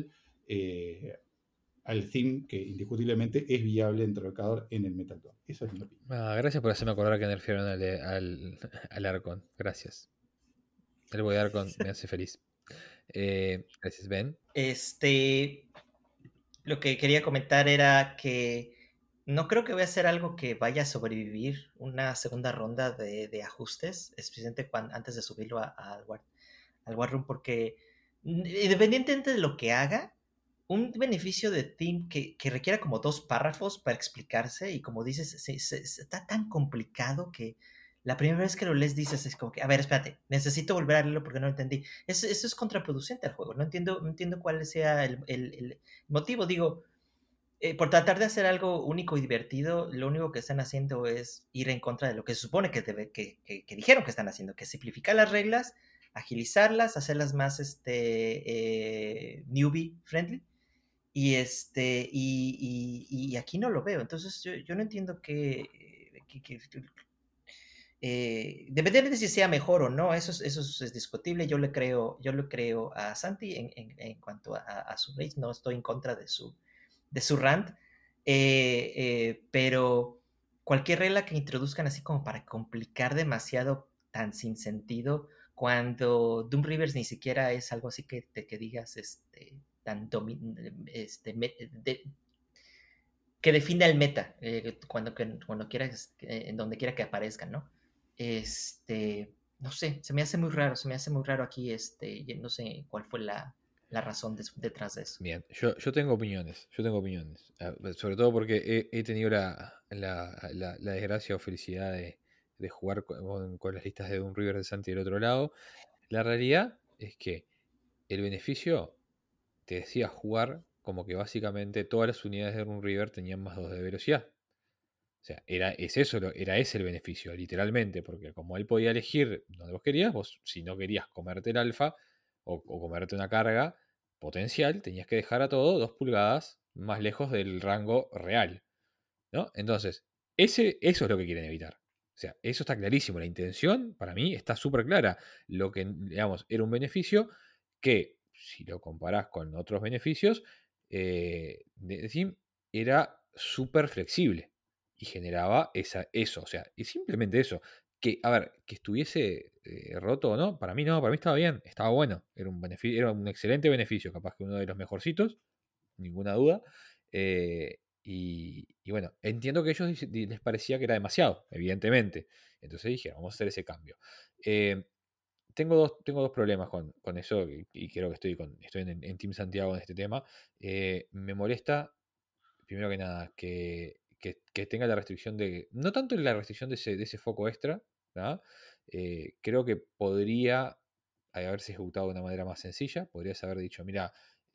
al theme que indiscutiblemente es viable dentro del Cador en el Metal Tour. Esa es mi opinión. Gracias por hacerme acordar que nerfearon al Arcon. Gracias. El Void Arcon me hace feliz. Gracias, Ben. Lo que quería comentar era que no creo que voy a hacer algo que vaya a sobrevivir una segunda ronda de ajustes, especialmente antes de subirlo al War Room, porque independientemente de lo que haga, un beneficio de Team que requiera como 2 párrafos para explicarse, y como dices, está tan complicado que la primera vez que lo lees dices, es como que, a ver, espérate, necesito volver a leerlo porque no lo entendí. Eso es contraproducente al juego. No entiendo cuál sea el motivo. Digo, por tratar de hacer algo único y divertido, lo único que están haciendo es ir en contra de lo que se supone que dijeron que están haciendo, que es simplificar las reglas, agilizarlas, hacerlas más newbie friendly. Y aquí no lo veo. Entonces yo no entiendo dependiendo de si sea mejor o no, eso es discutible. Yo le creo a Santi en cuanto a su race. No estoy en contra de su rant, pero cualquier regla que introduzcan así como para complicar demasiado, tan sin sentido, cuando Doom Rivers ni siquiera es algo así que digas tan que defina el meta cuando quieras, en donde quiera que aparezcan, ¿no? No sé, se me hace muy raro aquí, no sé cuál fue la razón detrás de eso. Bien, yo tengo opiniones. Sobre todo porque he tenido la desgracia o felicidad de jugar con las listas de Doom River de Santi del otro lado. La realidad es que el beneficio te decía jugar como que básicamente todas las unidades de Doom River tenían más 2 de velocidad. O sea, era ese el beneficio, literalmente, porque como él podía elegir donde vos querías, vos si no querías comerte el alfa o comerte una carga potencial, tenías que dejar a todo 2 pulgadas más lejos del rango real, ¿no? Entonces, eso es lo que quieren evitar. O sea, eso está clarísimo. La intención, para mí, está súper clara. Lo que, digamos, era un beneficio que, si lo comparás con otros beneficios, de Steam, era súper flexible y generaba eso. O sea, y simplemente eso. Que, a ver, que estuviese roto o no, para mí no, para mí estaba bien, estaba bueno. Era un excelente beneficio, capaz que uno de los mejorcitos, ninguna duda. Y bueno, entiendo que a ellos les parecía que era demasiado, evidentemente. Entonces dije, vamos a hacer ese cambio. Tengo dos problemas con eso y creo que estoy en Team Santiago en este tema. Me molesta, primero que nada, que tenga la restricción de... No tanto la restricción de ese foco extra, ¿verdad? Creo que podría haberse ejecutado de una manera más sencilla. Podrías haber dicho, mira,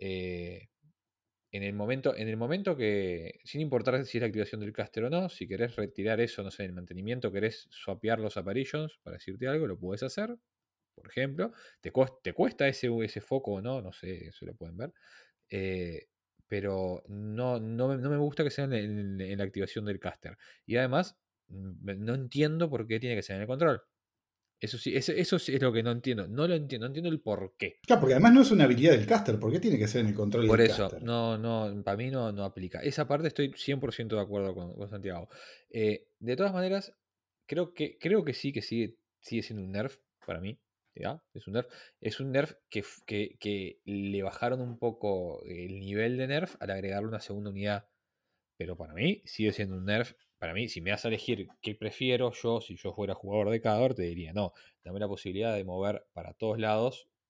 en el momento que, sin importar si es la activación del caster o no, si querés retirar eso, no sé, en el mantenimiento, querés swapear los apparitions, para decirte algo, lo puedes hacer, por ejemplo. Te cuesta ese foco o no, no sé, eso lo pueden ver. Pero no me gusta que sea en la activación del caster. Y además, no entiendo por qué tiene que ser en el control. Eso sí, eso sí es lo que no entiendo. No lo entiendo, no entiendo el por qué. Claro, porque además no es una habilidad del caster. ¿Por qué tiene que ser en el control Por del eso, caster? para mí no aplica. Esa parte estoy 100% de acuerdo con Santiago. De todas maneras, creo que sí, que sigue siendo un nerf para mí. ¿Ya? Es un nerf que le bajaron un poco el nivel de nerf al agregarle una segunda unidad. Pero para mí sigue siendo un nerf. Para mí, si me das a elegir qué prefiero yo, si yo fuera jugador de Cador, te diría, no, dame la posibilidad de mover para todos lados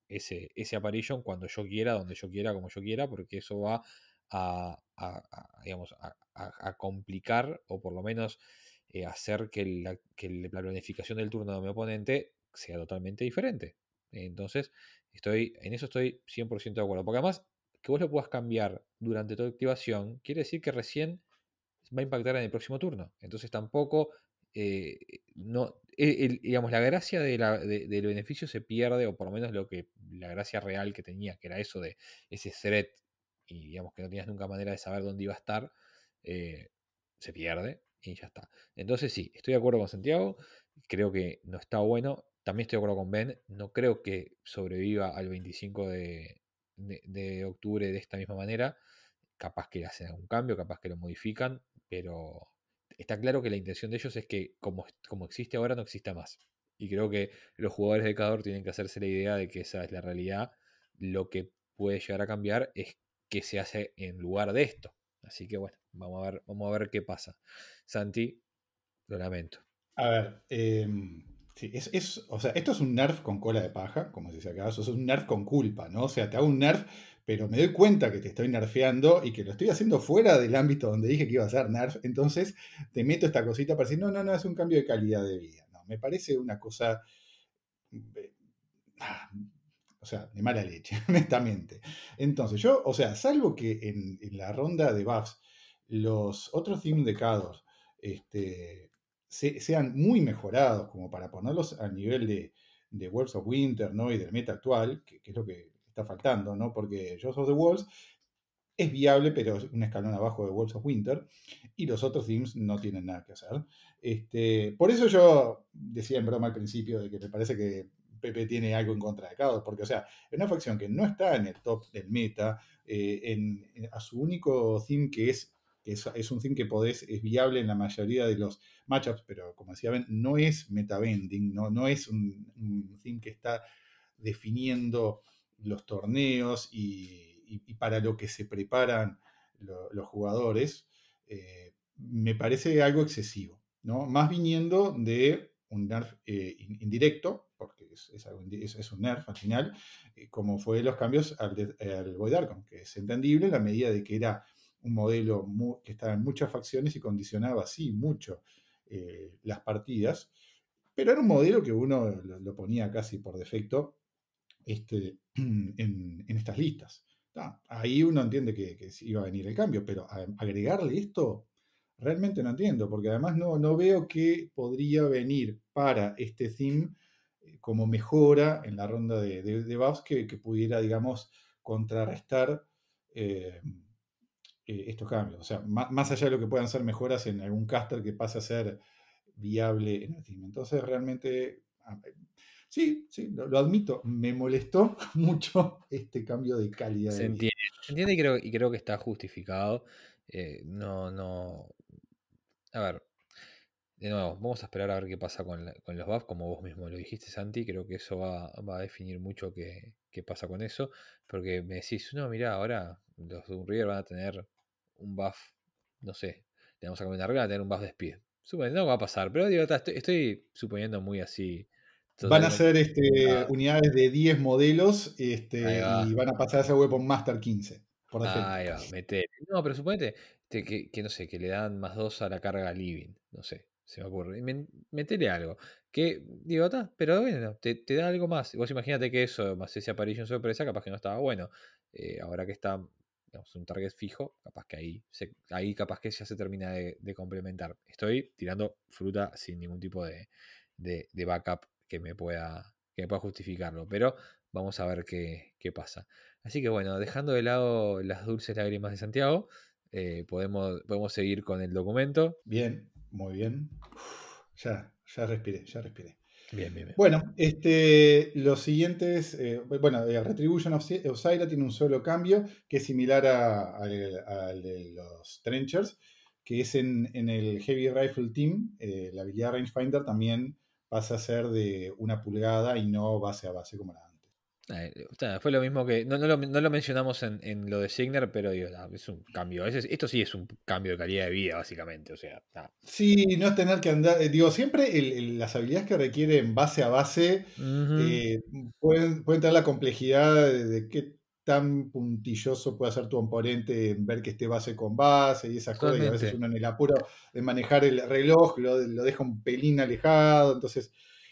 ese apparition cuando yo quiera, donde yo quiera, como yo quiera, porque eso va digamos, a complicar o por lo menos hacer que la planificación del turno de mi oponente sea totalmente diferente. Entonces, en eso estoy 100% de acuerdo. Porque además, que vos lo puedas cambiar durante tu activación, quiere decir que recién va a impactar en el próximo turno. Entonces tampoco, no, digamos, la gracia del beneficio se pierde, o por lo menos la gracia real que tenía, que era eso de ese threat, y digamos que no tenías nunca manera de saber dónde iba a estar, se pierde y ya está. Entonces sí, estoy de acuerdo con Santiago, creo que no está bueno. También estoy de acuerdo con Ben, no creo que sobreviva al 25 de octubre de esta misma manera. Capaz que hacen algún cambio, capaz que lo modifican, pero está claro que la intención de ellos es que como existe ahora no exista más. Y creo que los jugadores de Cador tienen que hacerse la idea de que esa es la realidad. Lo que puede llegar a cambiar es qué se hace en lugar de esto. Así que bueno, vamos a ver qué pasa. Santi, lo lamento. A ver, sí, o sea, esto es un nerf con cola de paja, como se dice acá, eso es un nerf con culpa, ¿no? O sea, te hago un nerf, pero me doy cuenta que te estoy nerfeando y que lo estoy haciendo fuera del ámbito donde dije que iba a ser nerf, entonces te meto esta cosita para decir, no, no, no, es un cambio de calidad de vida. No, me parece una cosa, eh, ah, o sea, de mala leche, honestamente. Entonces, yo, o sea, salvo que en la ronda de buffs los otros teams de Cador sean muy mejorados como para ponerlos al nivel de Wolves of Winter, ¿no? Y del meta actual, que es lo que está faltando, ¿no? Porque Jaws of the Wolves es viable, pero es un escalón abajo de Wolves of Winter, y los otros teams no tienen nada que hacer. Por eso yo decía en broma al principio de que me parece que Pepe tiene algo en contra de Cador, porque, o sea, es una facción que no está en el top del meta, a su único theme que es un theme que es viable en la mayoría de los matchups, pero como decía Ben, no es meta-bending, no es un theme que está definiendo los torneos y para lo que se preparan los jugadores, me parece algo excesivo, ¿no? Más viniendo de un nerf indirecto, porque es un nerf al final, como fue los cambios al Void Archon, que es entendible en la medida de que era un modelo que estaba en muchas facciones y condicionaba así mucho las partidas, pero era un modelo que uno lo ponía casi por defecto en estas listas. Ahí uno entiende que iba a venir el cambio, pero agregarle esto realmente no entiendo, porque además no veo que podría venir para este theme como mejora en la ronda de buffs que pudiera, digamos, contrarrestar eh, estos cambios. O sea, más allá de lo que puedan ser mejoras en algún caster que pase a ser viable en el team. Entonces, realmente, sí, lo admito, me molestó mucho este cambio de calidad de vida. Se entiende y creo que está justificado. No. A ver, de nuevo, vamos a esperar a ver qué pasa con los buffs, como vos mismo lo dijiste, Santi. Creo que eso va a definir mucho qué pasa con eso. Porque me decís, no, mirá, ahora los de un River van a tener un buff, no sé, le vamos a cambiar una regla, van a tener un buff de speed. No va a pasar, pero digo, estoy suponiendo muy así, Van a totalmente. ser unidades de 10 modelos Ahí y va. van a pasar a ser Weapon Master 15, por defecto. Ahí va, metele. No, pero suponete que no sé, que le dan +2 a la carga living. No sé, se me ocurre. Metele algo. Que, digo, está, pero bueno, te da algo más. Vos imagínate que eso, más ese aparición sorpresa, capaz que no estaba bueno. Ahora que está, digamos, un target fijo, capaz que ahí capaz que ya se termina de complementar. Estoy tirando fruta sin ningún tipo de backup que me pueda justificarlo. Pero vamos a ver qué pasa. Así que bueno, dejando de lado las dulces lágrimas de Santiago, podemos seguir con el documento. Bien, muy bien. Ya respiré, ya respiré. Bien, bien, bien. Bueno, los siguientes, Retribution of Syra tiene un solo cambio, que es similar al de los Trenchers, que es en el Heavy Rifle Team, la habilidad Rangefinder también pasa a ser de 1 pulgada y no base a base como era antes. Fue lo mismo que. No lo mencionamos en lo de Signer, pero digo, es un cambio. Esto sí es un cambio de calidad de vida, básicamente. O sea, Sí, no es tener que andar. Digo, siempre las habilidades que requieren base a base Ujú, pueden tener la complejidad de qué tan puntilloso puede ser tu oponente en ver que esté base con base y esas cosas. Y a veces totalmente. uno en el apuro de manejar el reloj lo deja un pelín alejado. Entonces,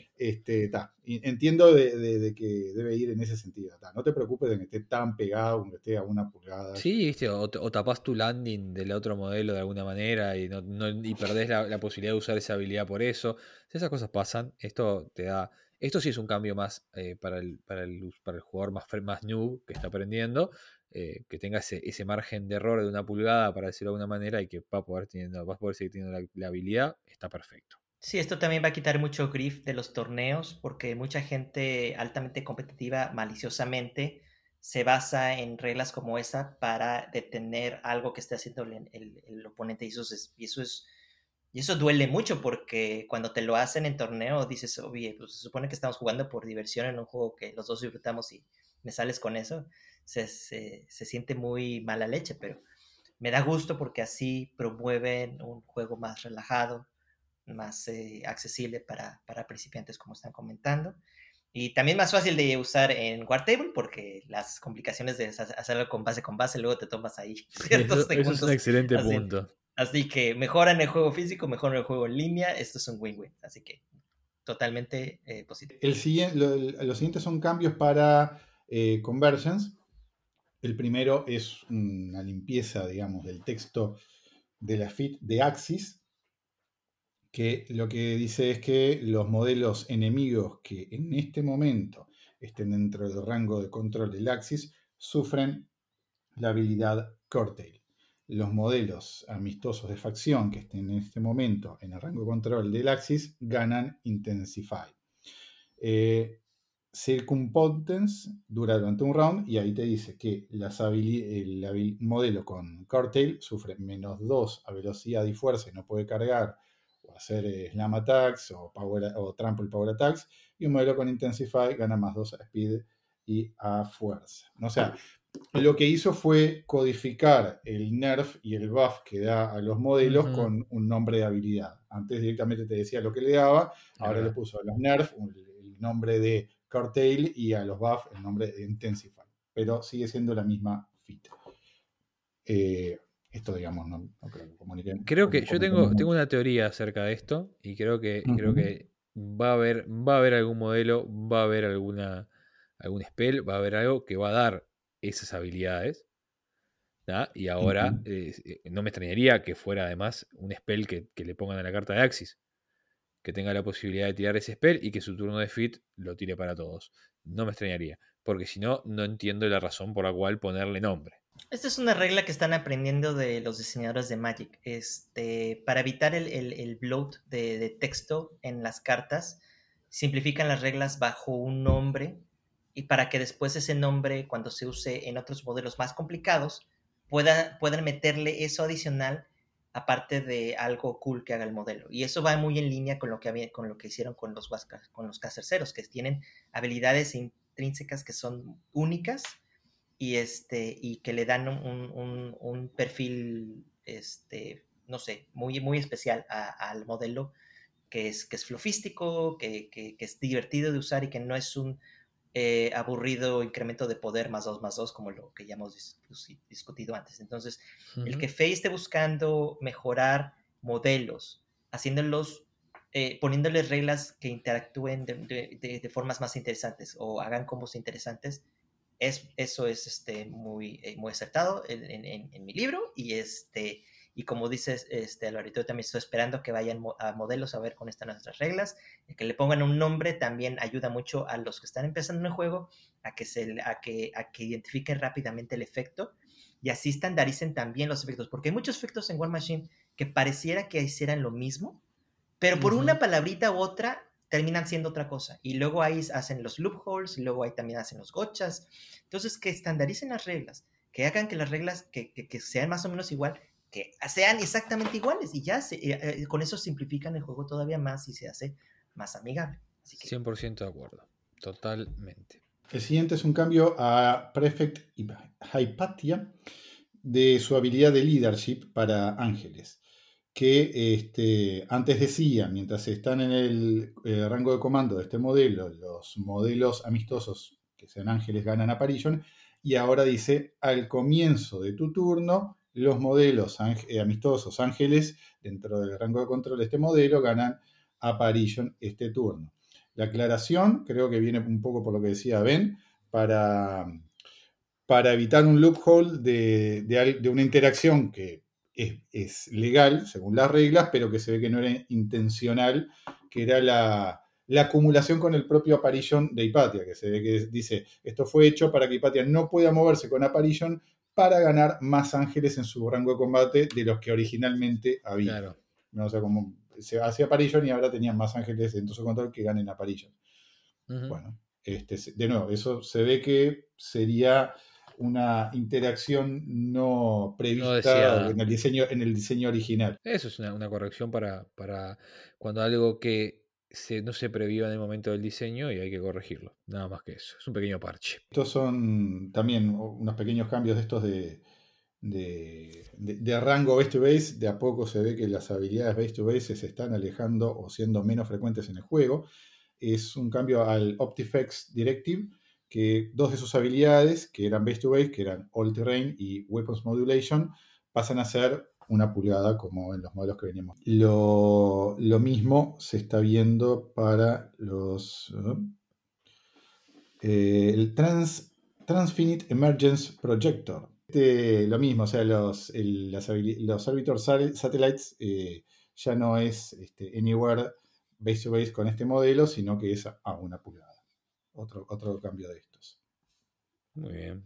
entiendo de que debe ir en ese sentido. No te preocupes de que esté tan pegado, que esté a una pulgada. Sí, viste, o tapás tu landing del otro modelo de alguna manera y, y perdés la posibilidad de usar esa habilidad por eso. Si esas cosas pasan, esto te da. Esto sí es un cambio más para el jugador más noob que está aprendiendo, que tenga ese margen de error de una pulgada, para decirlo de alguna manera, y que va a poder seguir teniendo la habilidad, está perfecto. Sí, esto también va a quitar mucho grief de los torneos porque mucha gente altamente competitiva maliciosamente se basa en reglas como esa para detener algo que esté haciendo el oponente y eso duele mucho porque cuando te lo hacen en torneo dices, oye, pues se supone que estamos jugando por diversión en un juego que los dos disfrutamos y me sales con eso, se siente muy mala leche, pero me da gusto porque así promueven un juego más relajado, más accesible para principiantes, como están comentando. Y también más fácil de usar en Wartable, porque las complicaciones de hacerlo con base, luego te tomas ahí Sí, ciertos eso es un segundos. excelente Así, punto. así que mejoran el juego físico, mejoran el juego en línea. Esto es un win-win. Así que totalmente positivo. Los siguientes son cambios para conversions. El primero es una limpieza, digamos, del texto de la FIT de Axis, que lo que dice es que los modelos enemigos que en este momento estén dentro del rango de control del Axis sufren la habilidad Curtail. Los modelos amistosos de facción que estén en este momento en el rango de control del Axis ganan Intensify. Circumpotence dura durante un round y ahí te dice que el modelo con Curtail sufre -2 a velocidad y fuerza y no puede cargar o hacer slam attacks o trample power attacks, y un modelo con Intensify gana +2 a speed y a fuerza. O sea, lo que hizo fue codificar el nerf y el buff que da a los modelos Ujú, con un nombre de habilidad. Antes directamente te decía lo que le daba, es ahora le verdad. puso a los nerf el nombre de Curtail y a los buff el nombre de Intensify. Pero sigue siendo la misma fit. Esto, digamos, no creo que Creo que yo comentemos tengo mucho. una teoría acerca de esto y creo Ujú, que va a haber algún modelo, va a haber algún spell, va a haber algo que va a dar esas habilidades. ¿tá? Y ahora ujú. no me extrañaría que fuera además un spell que le pongan a la carta de Axis, que tenga la posibilidad de tirar ese spell y que su turno de fit lo tire para todos. No me extrañaría, porque si no, no entiendo la razón por la cual ponerle nombre. Esta es una regla que están aprendiendo de los diseñadores de Magic. Para evitar el bloat de texto en las cartas, simplifican las reglas bajo un nombre y para que después ese nombre, cuando se use en otros modelos más complicados, puedan meterle eso adicional aparte de algo cool que haga el modelo. Y eso va muy en línea con lo que hicieron con los cacerceros, que tienen habilidades intrínsecas que son únicas y que le dan un perfil, no sé, muy, muy especial al modelo, que es flofístico, que es divertido de usar y que no es un aburrido incremento de poder +2/+2 como lo que ya hemos discutido antes. Entonces, el Ujú. que Faye esté buscando mejorar modelos, haciéndolos, poniéndoles reglas que interactúen de formas más interesantes o hagan combos interesantes, eso es muy, muy acertado en mi libro y como dices, Alvarito, también estoy esperando que vayan a modelos a ver con estas nuestras reglas, que le pongan un nombre también ayuda mucho a los que están empezando en el juego a que identifiquen rápidamente el efecto y así estandaricen también los efectos, porque hay muchos efectos en War Machine que pareciera que hicieran lo mismo, pero por Ujú. una palabrita u otra terminan siendo otra cosa. Y luego ahí hacen los loopholes, y luego ahí también hacen los gotchas. Entonces, que estandaricen las reglas, que hagan que las reglas que sean más o menos igual, que sean exactamente iguales. Y ya con eso simplifican el juego todavía más y se hace más amigable. Así que 100% de acuerdo. Totalmente. El siguiente es un cambio a Prefect Hypatia de su habilidad de leadership para ángeles. Que antes decía, mientras están en el rango de comando de este modelo, los modelos amistosos que sean ángeles ganan apparition, y ahora dice, al comienzo de tu turno, los modelos amistosos ángeles dentro del rango de control de este modelo ganan apparition este turno. La aclaración creo que viene un poco por lo que decía Ben, para evitar un loophole de una interacción que es legal, según las reglas, pero que se ve que no era intencional, que era la acumulación con el propio Apparition de Hypatia, que se ve que dice, esto fue hecho para que Hypatia no pueda moverse con Apparition para ganar más ángeles en su rango de combate de los que originalmente había. Claro. ¿No? O sea, como se hacía Apparition y ahora tenían más ángeles dentro de su control que ganen Apparition. Bueno, de nuevo, eso se ve que sería una interacción no prevista en el diseño original. Eso es una corrección para cuando algo que no se previó en el momento del diseño y hay que corregirlo. Nada más que eso. Es un pequeño parche. Estos son también unos pequeños cambios de estos de rango base to base. De a poco se ve que las habilidades base to base se están alejando o siendo menos frecuentes en el juego. Es un cambio al Optifex Directive, que dos de sus habilidades, que eran base to base, que eran All Terrain y Weapons Modulation, pasan a ser 1 pulgada como en los modelos que veníamos. Lo mismo se está viendo para los el Transfinite Emergence Projector. Lo mismo, o sea, los Arbiter Satellites ya no es Anywhere base to base con este modelo, sino que es a 1 pulgada. Otro cambio de estos. Muy bien.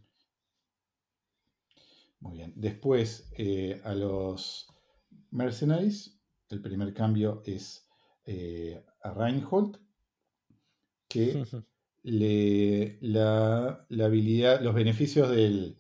Muy bien. Después, a los Mercenaries, el primer cambio es a Reinhold, que la habilidad, los beneficios del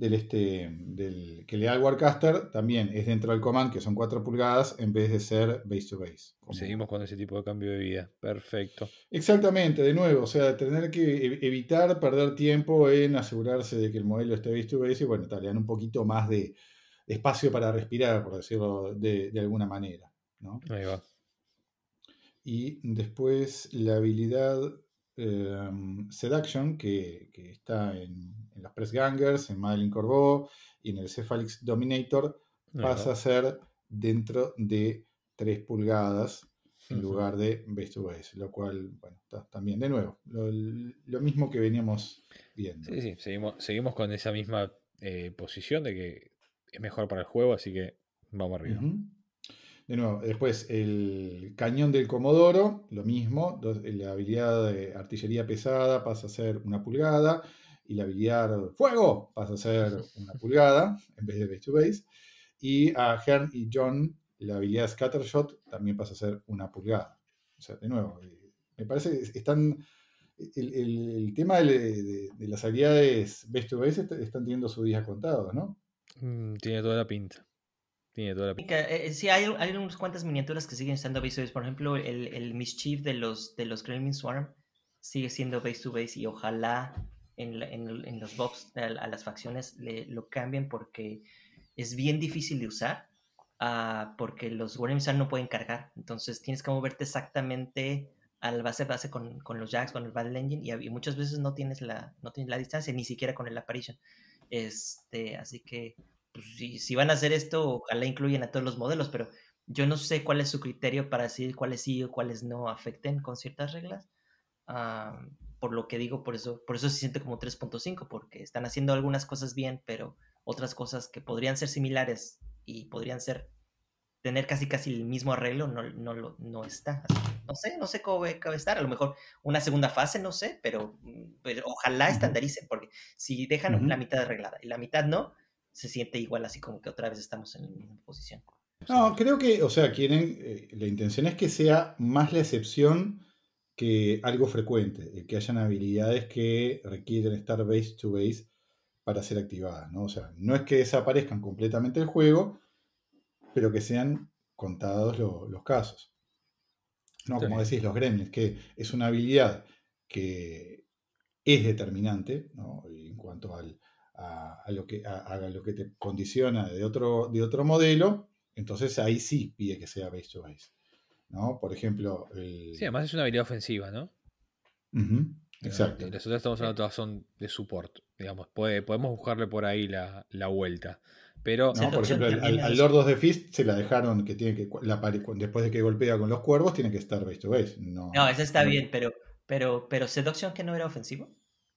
que le da el Warcaster también es dentro del command, que son 4 pulgadas, en vez de ser base to base. Seguimos con ese tipo de cambio de vida. Perfecto. Exactamente, de nuevo, o sea, tener que evitar perder tiempo en asegurarse de que el modelo esté base to base y bueno, le dan un poquito más de espacio para respirar, por decirlo de alguna manera, ¿no? Ahí va. Y después la habilidad Seduction, que está en los Press Gangers, en Madeline Corbeau y en el Cephalix Dominator, pasa a ser dentro de 3 pulgadas en lugar de base to base, lo cual, bueno, está también de nuevo, lo mismo que veníamos viendo. Sí, seguimos con esa misma posición de que es mejor para el juego, así que vamos arriba. De nuevo, después el cañón del Comodoro, lo mismo, la habilidad de artillería pesada pasa a ser 1 pulgada y la habilidad fuego pasa a ser 1 pulgada en vez de base to base. Y a Hearn y John, la habilidad Scattershot también pasa a ser 1 pulgada. O sea, de nuevo, me parece que están. El tema de las habilidades base to base están teniendo sus días contados, ¿no? Tiene toda la pinta. Sí, hay unas cuantas miniaturas que siguen estando base to base. Por ejemplo, el Mischief de los Gremlin Swarm sigue siendo base to base y ojalá en los buffs a las facciones lo cambien porque es bien difícil de usar porque los Gremlin Swarm no pueden cargar. Entonces tienes que moverte exactamente al base con los Jags, con el Battle Engine y muchas veces no tienes la distancia, ni siquiera con el Apparition. Así que pues, si van a hacer esto, ojalá incluyan a todos los modelos, pero yo no sé cuál es su criterio para decir cuáles sí o cuáles no afecten con ciertas reglas. Por lo que digo, por eso se siente como 3.5, porque están haciendo algunas cosas bien, pero otras cosas que podrían ser similares y podrían tener casi el mismo arreglo, no está. No sé cómo va a estar, a lo mejor una segunda fase, no sé, pero ojalá estandaricen, porque si dejan la mitad arreglada y la mitad no, se siente igual, así como que otra vez estamos en la misma posición. No, creo que, o sea, la intención es que sea más la excepción que algo frecuente, que hayan habilidades que requieren estar base to base para ser activadas, ¿no? O sea, no es que desaparezcan completamente del juego, pero que sean contados los casos. No, como decís, los gremlins, que es una habilidad que es determinante, ¿no? En cuanto a lo que te condiciona de otro modelo, entonces ahí sí pide que sea base to base, ¿no? Por ejemplo, Sí, además es una habilidad ofensiva, ¿no? Uh-huh, exacto. Las otras estamos hablando todas son de support, digamos. Podemos buscarle por ahí la vuelta. Pero ¿No? Por Seducción ejemplo, también es al de Lord of the Fist se la dejaron que tiene que, después de que golpea con los cuervos, tiene que estar base to base. No, No, ese está bien, pero Seduction que no era ofensivo.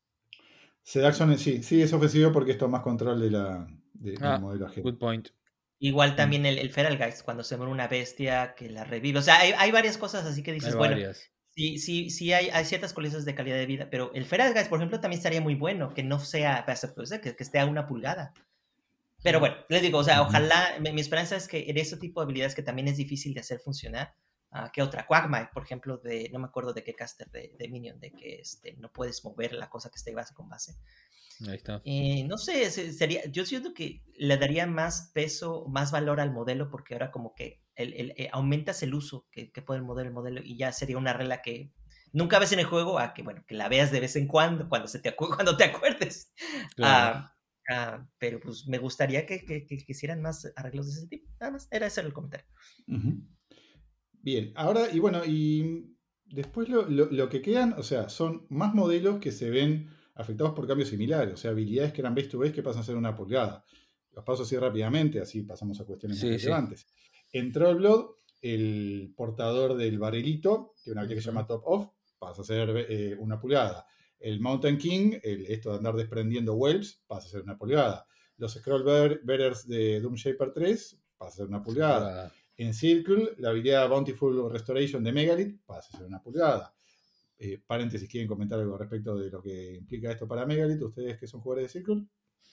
Sedaxon sí es ofensivo porque es más control del modelo ajeno. good point. Igual Mm. también el Feral Geist, cuando se muere una bestia que la revive. O sea, hay varias cosas así que Hay dices, bueno, varias. sí hay ciertas cosas de calidad de vida, pero el Feral Geist, por ejemplo, también estaría muy bueno, que no sea, que esté a 1 pulgada. Pero bueno, les digo, o sea, Ujú. ojalá, mi esperanza es que en ese tipo de habilidades que también es difícil de hacer funcionar, ¿qué otra? Quagmire, por ejemplo, no me acuerdo de qué caster de Minion, de que no puedes mover la cosa que esté base con base. Ahí está. No sé, yo siento que le daría más peso, más valor al modelo, porque ahora como que aumentas el uso que puede el modelo, y ya sería una regla que nunca ves en el juego, a que, bueno, que la veas de vez en cuando, cuando te acuerdes. Claro. Pero pues me gustaría que hicieran más arreglos de ese tipo. Nada más, era ese el comentario. Ujú. Bien, ahora, y bueno, y después lo que quedan, o sea, son más modelos que se ven afectados por cambios similares, o sea, habilidades que eran base to base que pasan a ser 1 pulgada. Los paso así rápidamente, así pasamos a cuestiones más Sí, sí. relevantes. En Trollblood, el portador del barrilito, que una habilidad que se llama Top Off, pasa a ser 1 pulgada. El Mountain King, esto de andar desprendiendo whelps, pasa a ser 1 pulgada. Los Scroll Bearers de Doomshaper 3, pasa a ser 1 pulgada. Pulgada. En Circle, la habilidad Bountiful Restoration de Megalith pasa a ser 1 pulgada. Paréntesis, ¿quieren comentar algo respecto de lo que implica esto para Megalith? ¿Ustedes que son jugadores de Circle?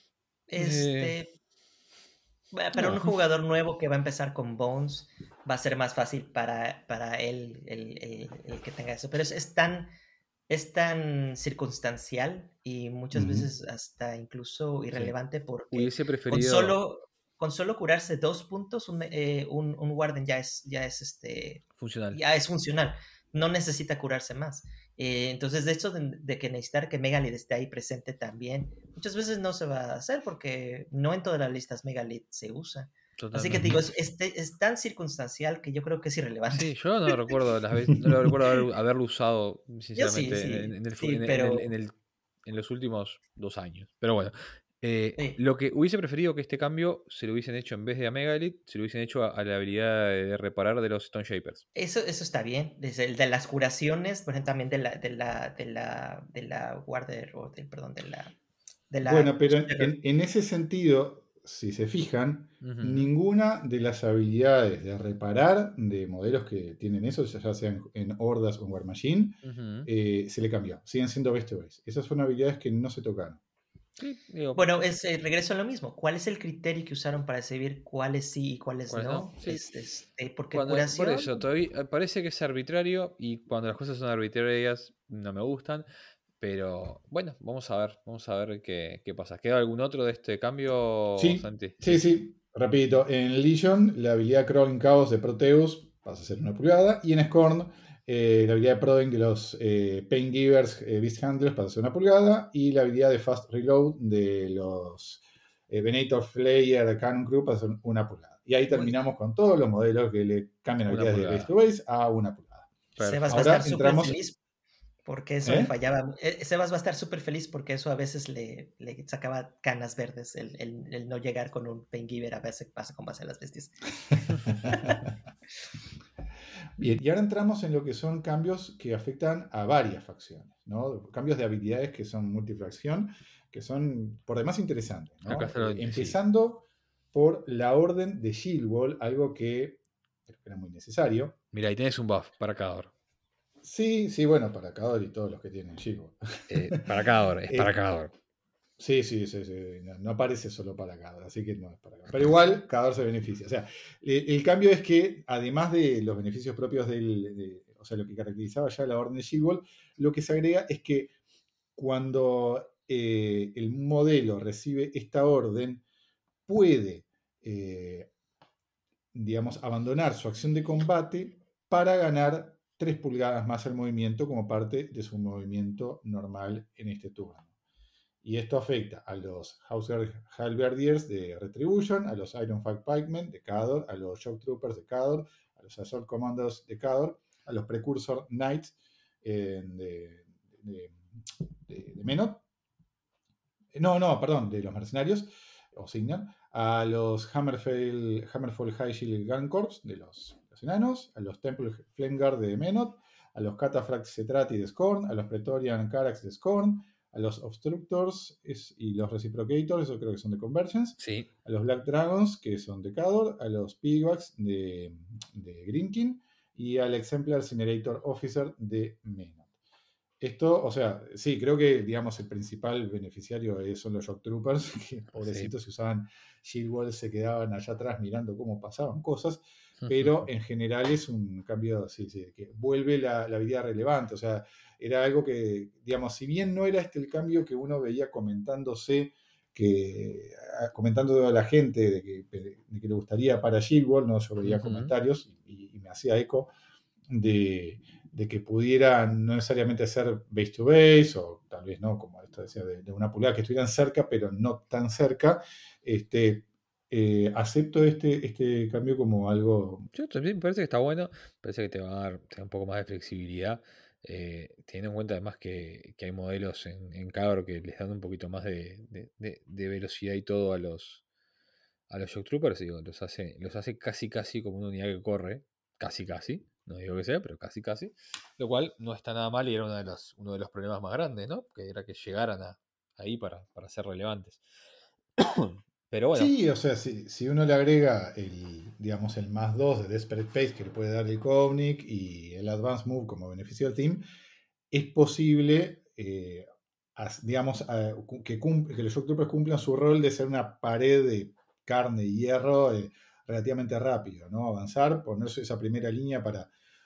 Para un No. jugador nuevo que va a empezar con Bones, va a ser más fácil para él el que tenga eso. Pero es tan circunstancial y muchas veces hasta incluso irrelevante, porque Hubiese con preferido solo curarse 2 puntos, un Warden funcional. ya es funcional. No necesita curarse más. Entonces, de hecho, de que necesitar que Megalith esté ahí presente también, muchas veces no se va a hacer, porque no en todas las listas Megalith se usa. Así que te digo, es tan circunstancial que yo creo que es irrelevante. Sí, yo no recuerdo no lo recuerdo haberlo usado, Yo sí, sinceramente, sí, sí, pero en los últimos 2 años. Pero bueno, sí. lo que hubiese preferido que este cambio se lo hubiesen hecho en vez de a Megalith, se lo hubiesen hecho a la habilidad de reparar de los Stone Shapers. Eso está bien. Desde el de las curaciones, por ejemplo, también de la Warder, perdón, de Bueno, la pero en ese sentido, si se fijan, ninguna de las habilidades de reparar de modelos que tienen eso, ya sean en Hordas o en War Machine, se le cambió. Siguen siendo base to base. Esas son habilidades que no se tocaron. Sí, digo, Bueno, regreso a lo mismo. ¿Cuál es el criterio que usaron para decidir cuáles sí y cuáles ¿cuáles no? no? Sí. Porque Por curación. eso, todavía parece que es arbitrario y cuando las cosas son arbitrarias no me gustan. Pero bueno, vamos a ver qué pasa. ¿Queda algún otro de este cambio, Sí, Santi? sí. Repito, en Legion, la habilidad Crawling Chaos de Proteus pasa a ser 1 pulgada. Y en Scorn, la habilidad de Prodding de los Pain Givers Beast Handlers pasa a ser 1 pulgada. Y la habilidad de Fast Reload de los Venator Flayer Cannon Crew pasa a ser 1 pulgada. Y ahí terminamos con todos los modelos que le cambian Una habilidades de pulgada. base to base a 1 pulgada. Sebas va a Perfecto. Ahora estar súper entramos. feliz porque eso le ¿Eh? fallaba. Sebas va a estar súper feliz porque eso a veces le sacaba canas verdes, el no llegar con un Paingiver a veces pasa con base a las bestias. Bien, y ahora entramos en lo que son cambios que afectan a varias facciones, ¿no? Cambios de habilidades que son multifracción, que son por demás interesantes, ¿no? Acá está sí. Empezando por la orden de Shield Wall, algo que creo que era muy necesario. Mira, ahí tenés un buff para Cador. Sí, bueno, para Cador y todos los que tienen Shield Wall. Para Cador, es para Cador. Sí. No aparece solo para Cador, así que no es para Cador. Pero igual, Cador se beneficia. O sea, el cambio es que, además de los beneficios propios o sea, lo que caracterizaba ya la orden de Shield Wall, lo que se agrega es que cuando el modelo recibe esta orden, puede, digamos, abandonar su acción de combate para ganar 3 pulgadas más el movimiento como parte de su movimiento normal en este turno. Y esto afecta a los Hauser Halberdiers de Retribution, a los Iron Fang Pikemen de Khador, a los Shock Troopers de Khador, a los Assault Commandos de Khador, a los Precursor Knights de Menot. De los mercenarios, o Signal, a los Hammerfall High Shield Gun Corps de los enanos, a los Temple Flame Guard de Menot, a los Cataphracts Cetrati de Scorn, a los Praetorian Carax de Scorn, a los Obstructors y los Reciprocators, eso creo que son de Convergence, Sí. a los Black Dragons, que son de Khador, a los Pigwax de Grimkin y al Exemplar Incinerator Officer de Menot. Esto, o sea, sí, creo que, digamos, el principal beneficiario son los Shock Troopers, que pobrecitos, si usaban Shield Wall se quedaban allá atrás mirando cómo pasaban cosas, pero en general es un cambio, sí, que vuelve la habilidad relevante, o sea, era algo que, digamos, si bien no era el cambio que uno veía comentando a la gente de que le gustaría para Shield Wall, ¿no? Yo veía comentarios y me hacía eco de que pudiera no necesariamente ser base to base, o tal vez no, como esto decía, de una pulgada, que estuvieran cerca, pero no tan cerca. Acepto este cambio como algo... Yo también me parece que está bueno, parece que te va a dar un poco más de flexibilidad, teniendo en cuenta además que hay modelos en Khador que les dan un poquito más de velocidad y todo a los Shock Troopers, digo, los hace casi como una unidad que corre, casi, no digo que sea, pero casi, lo cual no está nada mal y era uno de los problemas más grandes, ¿no? Que era que llegaran ahí para ser relevantes. Pero bueno. Sí, o sea, si uno le agrega digamos, el +2 de Desperate Pace que le puede dar el Kovnik y el Advanced Move como beneficio del team, es posible, digamos, que los Shock Troopers cumplan su rol de ser una pared de carne y hierro relativamente rápido, ¿no? Avanzar, ponerse esa primera línea para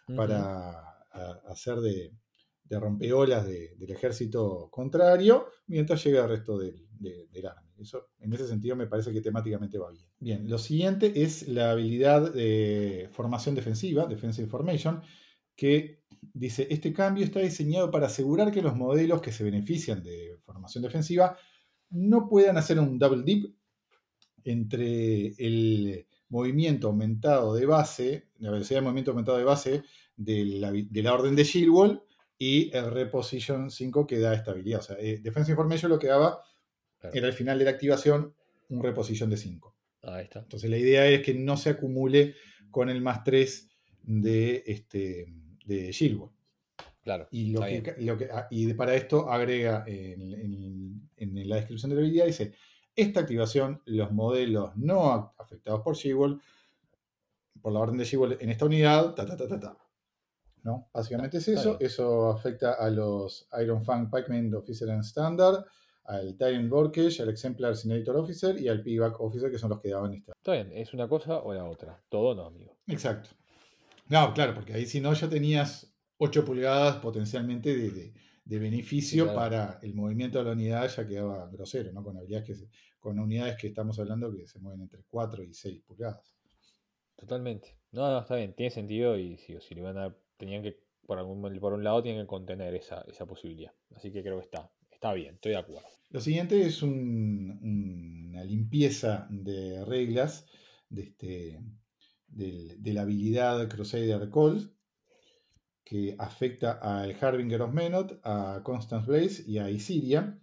hacer de rompeolas del ejército contrario, mientras llega el resto del army. Eso, en ese sentido, me parece que temáticamente va bien. Bien, lo siguiente es la habilidad de formación defensiva, Defensive Formation, que dice, este cambio está diseñado para asegurar que los modelos que se benefician de formación defensiva no puedan hacer un double dip entre el movimiento aumentado de base, la velocidad de movimiento aumentado de base de la orden de Shield Wall y el Reposition 5 que da estabilidad. O sea, Defensive Formation lo que daba era al final de la activación un Reposition de 5. Ahí está. Entonces la idea es que no se acumule con el +3 de Shield Wall. Claro. Y para esto agrega en la descripción de la habilidad, dice, esta activación, los modelos no afectados por Shield Wall, por la orden de Shield Wall en esta unidad, ¿no? Básicamente es eso. Eso afecta a los Iron Fang Pikemen Officer and Standard, al Tyrant Vorkesh, al Exemplar Incinerator Officer y al Pigback Officer, que son los que daban esta. Está bien, es una cosa o la otra. Todo no, amigo. Exacto. No, claro, porque ahí si no ya tenías 8 pulgadas potencialmente de beneficio, sí, claro, para el movimiento de la unidad, ya quedaba grosero, ¿no? Con unidades que estamos hablando que se mueven entre 4 y 6 pulgadas. Totalmente. No, está bien, tiene sentido y si le van a dar, tenían que, por un lado, tienen que contener esa posibilidad. Así que creo que está bien, estoy de acuerdo. Lo siguiente es una limpieza de reglas de la habilidad Crusader Call, que afecta al Harbinger of Menot, a Constance Blaze y a Isiria,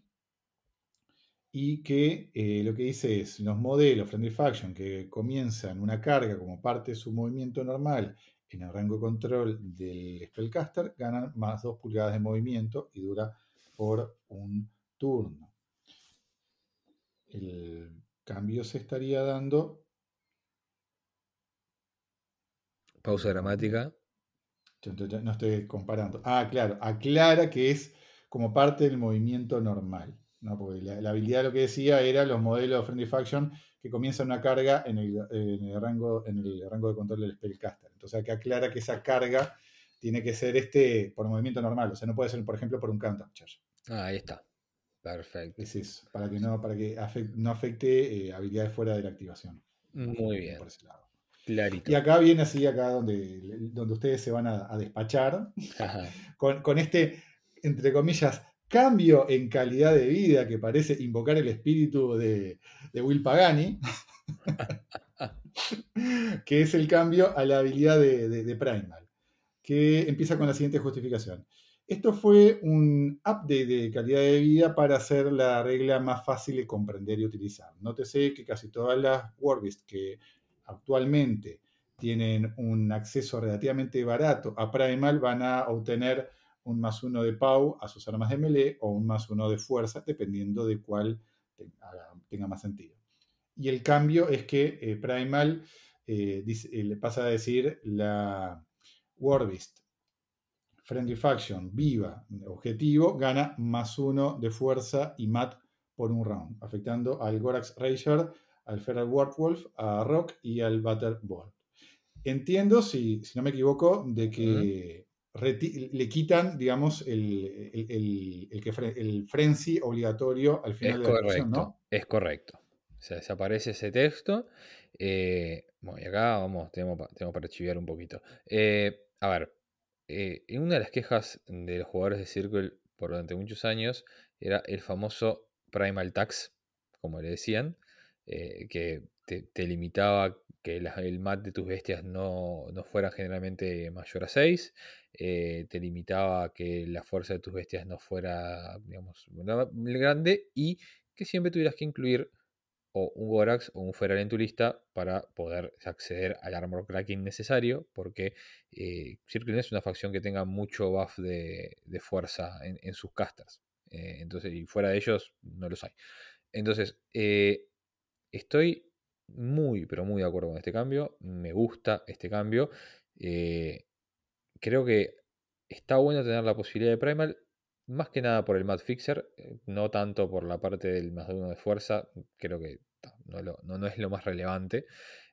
y que lo que dice es, los modelos Friendly Faction que comienzan una carga como parte de su movimiento normal en el rango de control del Spellcaster ganan +2 pulgadas de movimiento y dura por un turno. El cambio se estaría dando... Pausa dramática. No estoy comparando. Ah, claro. Aclara que es como parte del movimiento normal, ¿no? Porque la habilidad lo que decía era los modelos de Friendly Faction que comienzan una carga en el rango de control del Spellcaster. Entonces acá aclara que esa carga tiene que ser por movimiento normal. O sea, no puede ser, por ejemplo, por un counter charge. Ah, ahí está. Perfecto. Es eso, para que no afecte habilidades fuera de la activación. Muy bien. Por ese lado. Clarito. Y acá viene así, acá donde ustedes se van a despachar, con este, entre comillas, cambio en calidad de vida que parece invocar el espíritu de Will Pagani, que es el cambio a la habilidad de Primal, que empieza con la siguiente justificación. Esto fue un update de calidad de vida para hacer la regla más fácil de comprender y utilizar. Nótese que casi todas las Warbeasts que actualmente tienen un acceso relativamente barato a Primal van a obtener un +1 de POW a sus armas de melee o un +1 de fuerza, dependiendo de cuál tenga más sentido. Y el cambio es que Primal le pasa a decir la Warbeast Friendly Faction, viva, objetivo, gana +1 de fuerza y mat por un round, afectando al Gorax Rager, al Feral Werewolf, a Rock y al Battle Bolt. Entiendo, si no me equivoco, de que le quitan, digamos, el frenzy obligatorio al final Es de la activación, correcto, ¿no? es correcto. O sea, desaparece ese texto. Bueno, y acá tenemos para archivar un poquito. A ver, una de las quejas de los jugadores de Circle durante muchos años era el famoso Primal Tax, como le decían, que te limitaba que el mat de tus bestias no fuera generalmente mayor a 6, te limitaba que la fuerza de tus bestias no fuera, digamos, grande, y que siempre tuvieras que incluir o un Gorax o un Feral en tu lista para poder acceder al armor cracking necesario, porque Circle no es una facción que tenga mucho buff de fuerza en sus casters. Entonces, y fuera de ellos no los hay. Entonces, estoy muy, pero muy de acuerdo con este cambio. Me gusta este cambio. Creo que está bueno tener la posibilidad de Primal, más que nada por el Mad Fixer, no tanto por la parte del +1 de fuerza. Creo que no es lo más relevante.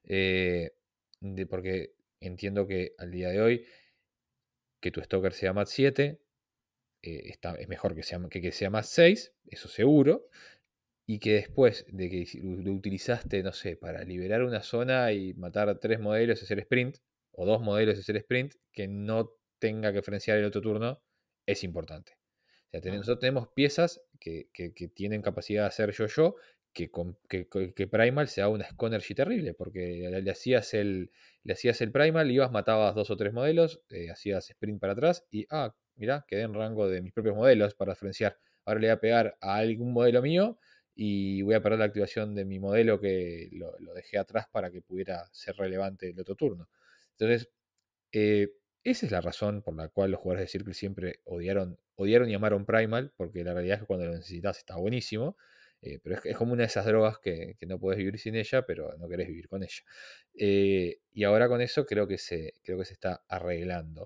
Porque entiendo que al día de hoy, que tu Stalker sea Mad 7, es mejor que sea Mad 6, eso seguro. Y que después de que lo utilizaste, no sé, para liberar una zona y matar a 3 modelos y hacer sprint, o 2 modelos y hacer sprint, que no tenga que frenciar el otro turno, es importante. O sea, nosotros tenemos piezas que tienen capacidad de hacer yo-yo, que Primal se haga una Sconergy terrible, porque le hacías el Primal, ibas, matabas 2 o 3 modelos, hacías sprint para atrás y, mirá, quedé en rango de mis propios modelos para frenciar. Ahora le voy a pegar a algún modelo mío y voy a perder la activación de mi modelo que lo dejé atrás para que pudiera ser relevante el otro turno. Entonces, esa es la razón por la cual los jugadores de Circle siempre odiaron y amaron Primal, porque la realidad es que cuando lo necesitas está buenísimo, pero es como una de esas drogas que no puedes vivir sin ella, pero no querés vivir con ella. Y ahora con eso creo que se está arreglando.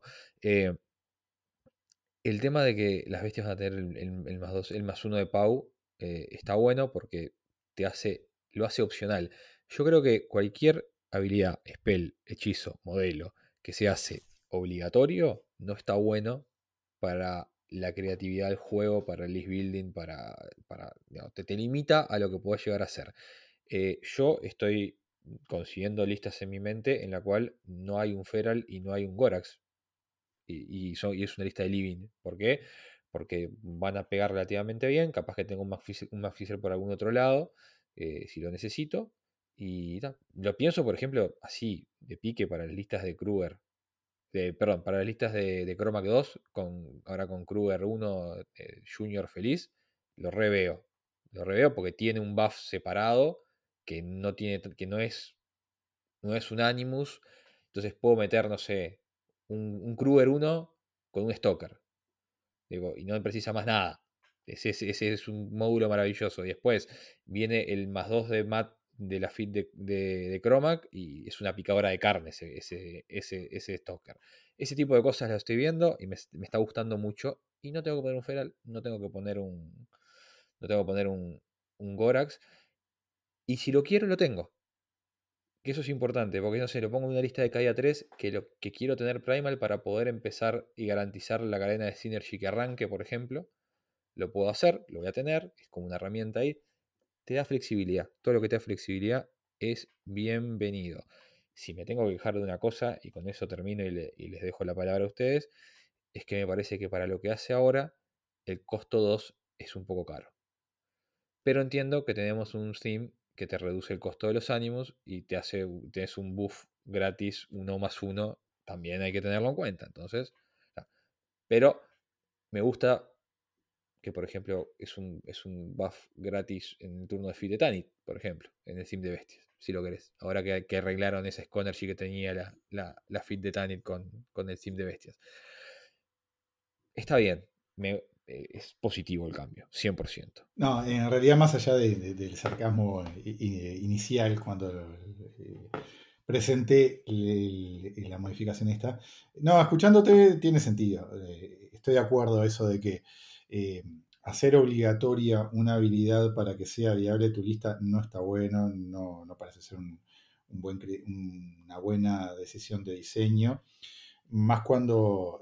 El tema de que las bestias van a tener el +2, el +1 de Pau, está bueno porque lo hace opcional. Yo creo que cualquier habilidad, spell, hechizo, modelo, que se hace obligatorio, no está bueno para la creatividad del juego, para el list building, digamos, te limita a lo que puedes llegar a hacer. Yo estoy consiguiendo listas en mi mente en la cual no hay un Feral y no hay un Gorax, y es una lista de living. ¿Por qué? Porque van a pegar relativamente bien. Capaz que tengo un Magfisher por algún otro lado, si lo necesito. Y lo pienso, por ejemplo, así, de pique para las listas de Kruger. Perdón, para las listas de Chromac 2, ahora con Kruger 1, Junior feliz. Lo reveo. Lo reveo porque tiene un buff separado que no es un Animus. Entonces puedo meter, no sé, un Kruger 1 con un Stalker. Digo, y no precisa más nada. Ese es un módulo maravilloso. Y después viene el +2 de Mat de la fit de Chromac y es una picadora de carne ese Stalker. Ese tipo de cosas las estoy viendo y me está gustando mucho. Y no tengo que poner un Feral, no tengo que poner un Gorax. Y si lo quiero, lo tengo. Que eso es importante, porque no sé, lo pongo en una lista de caída 3 que quiero tener Primal para poder empezar y garantizar la cadena de Synergy que arranque, por ejemplo. Lo puedo hacer, lo voy a tener, es como una herramienta ahí. Te da flexibilidad. Todo lo que te da flexibilidad es bienvenido. si me tengo que quejar de una cosa, y con eso termino y les dejo la palabra a ustedes, es que me parece que para lo que hace ahora, el costo 2 es un poco caro. Pero entiendo que tenemos un theme que te reduce el costo de los ánimos y tienes un buff gratis 1+1, también hay que tenerlo en cuenta. Entonces, pero me gusta que, por ejemplo, es un buff gratis en el turno de Feed de Tanit, por ejemplo, en el theme de bestias, si lo querés. Ahora que arreglaron esa Sconergy que tenía la Feed de Tanit con el theme de bestias. Está bien, es positivo el cambio, 100%. No, en realidad más allá del sarcasmo inicial cuando presenté la modificación esta, no, escuchándote tiene sentido. Estoy de acuerdo a eso de que hacer obligatoria una habilidad para que sea viable tu lista no está bueno, no parece ser una buena decisión de diseño, más cuando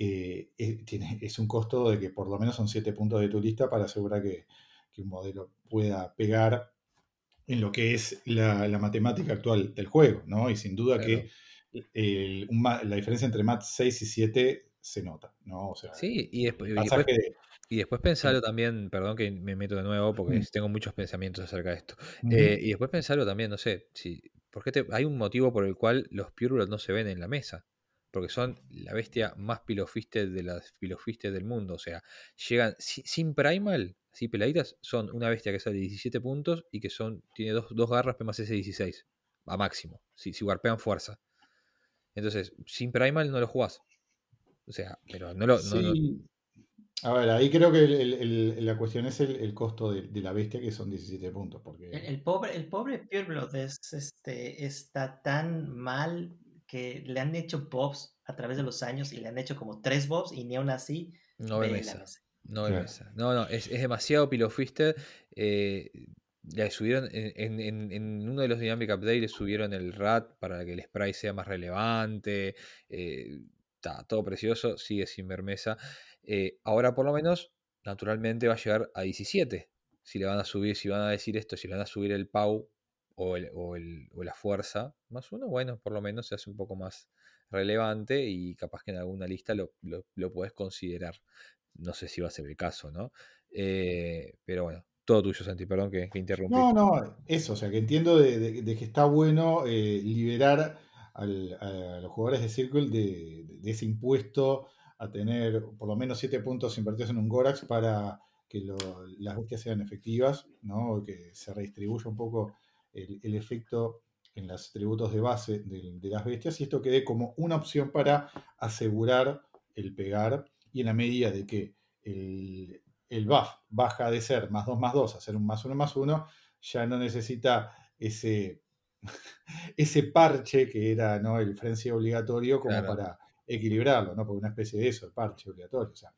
es un costo de que por lo menos son 7 puntos de tu lista para asegurar que un modelo pueda pegar en lo que es la matemática actual del juego, ¿no? Y sin duda Claro. que la diferencia entre MAT 6 y 7 se nota, ¿no? O sea, Sí, y después, sí. pensarlo también, perdón que me meto de nuevo porque Mm. tengo muchos pensamientos acerca de esto. Ujú. Y después pensarlo también, no sé, hay un motivo por el cual los Purebloods no se ven en la mesa. Porque son la bestia más pilofisted de las pilofisted del mundo. O sea, llegan sin primal, así peladitas, son una bestia que sale 17 puntos y que tiene dos garras P más S16 a máximo, si warpean fuerza. Entonces, sin primal no lo jugás. O sea, pero no. Sí. A ver, ahí creo que la cuestión es el costo de la bestia, que son 17 puntos. Porque El pobre Pureblood está tan mal que le han hecho buffs a través de los años y le han hecho como 3 buffs y ni aún así No ve ve la mesa. mesa. No ve claro. mesa. No, es demasiado pilofisted. Le subieron en uno de los Dynamic Updates, le subieron el RAT para que el spray sea más relevante. Está todo precioso, sigue sin ver mesa. Ahora por lo menos, naturalmente va a llegar a 17. Si le van a subir, si van a decir esto, si le van a subir el PAU o la fuerza, más uno, bueno, por lo menos se hace un poco más relevante y capaz que en alguna lista lo puedes considerar. No sé si va a ser el caso, ¿no? Pero bueno, todo tuyo, Santi, perdón que interrumpí. No, eso, o sea, que entiendo de que está bueno liberar a los jugadores de Circle de ese impuesto a tener por lo menos 7 puntos invertidos en un Gorax para que las bestias sean efectivas, ¿no? Que se redistribuya un poco el efecto en los atributos de base de las bestias y esto quede como una opción para asegurar el pegar y en la medida de que el buff baja de ser +2/+2 a ser un +1/+1, ya no necesita ese parche que era, ¿no?, el frenzy obligatorio como Claro. para equilibrarlo, ¿no? Porque una especie de eso, el parche obligatorio. O sea,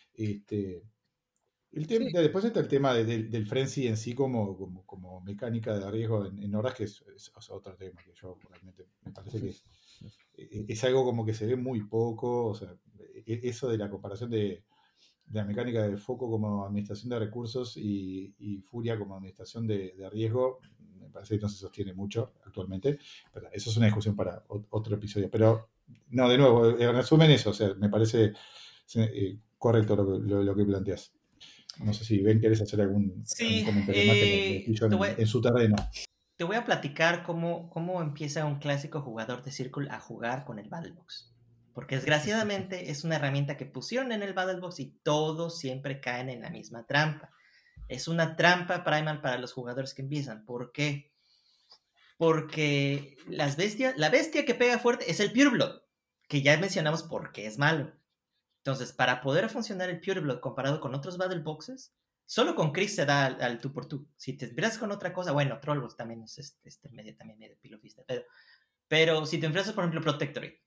Sí, después está el tema del frenzy en sí como mecánica de riesgo en horas, que es otro tema que yo realmente me parece que es algo como que se ve muy poco. O sea, eso de la comparación de la mecánica de foco como administración de recursos y furia como administración de riesgo, me parece que no se sostiene mucho actualmente. Pero eso es una discusión para otro episodio. Pero, no, de nuevo, en resumen eso, o sea, me parece correcto lo que planteas. No sé si Ben querés hacer algún Sí, comentario más que me pillo en su terreno. te voy a platicar cómo empieza un clásico jugador de Circle a jugar con el Battlebox. Porque desgraciadamente es una herramienta que pusieron en el Battlebox y todos siempre caen en la misma trampa. Es una trampa primal para los jugadores que empiezan. ¿Por qué? Porque la bestia que pega fuerte es el Pureblood, que ya mencionamos por qué es malo. Entonces, para poder funcionar el Pureblood comparado con otros Battle Boxes, solo con Chris se da al 2x2. Si te enfrentas con otra cosa, bueno, Trollbox también es medio pilofista, pero si te enfrentas, por ejemplo, Protectorate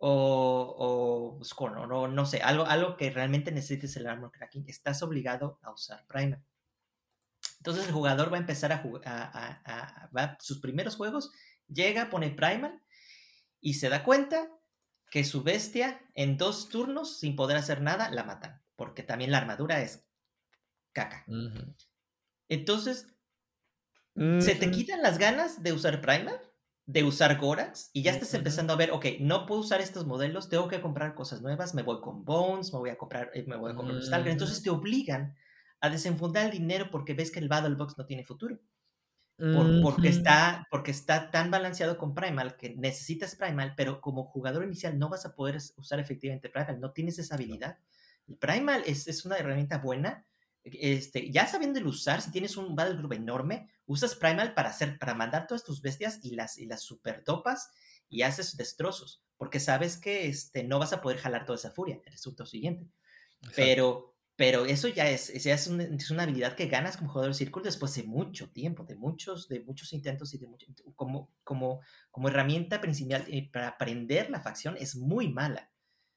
o Scorn, o no sé, algo que realmente necesites el Armor Cracking, estás obligado a usar Primal. Entonces el jugador va a empezar a jugar, sus primeros juegos, llega, pone Primal y se da cuenta que su bestia en 2 turnos, sin poder hacer nada, la matan. Porque también la armadura es caca. Entonces, ¿se te quitan las ganas de usar Primal? de usar Gorax y ya estás Ujú. empezando a ver, ok, no puedo usar estos modelos, tengo que comprar cosas nuevas, me voy con Bones, me voy a comprar Stalker. Entonces Ujú. te obligan a desenfundar el dinero porque ves que el Battle Box no tiene futuro. Ujú. Porque está tan balanceado con Primal que necesitas Primal, pero como jugador inicial no vas a poder usar efectivamente Primal, no tienes esa No. habilidad. El Primal es una herramienta buena. Ya sabiendo usar, si tienes un Battle Group enorme, usas Primal para mandar todas tus bestias y las super topas y haces destrozos, porque sabes que no vas a poder jalar toda esa furia en el asunto siguiente. Exacto. Pero eso ya es una habilidad que ganas como jugador de Círculo después de mucho tiempo, de muchos intentos y como herramienta principal para aprender la facción es muy mala.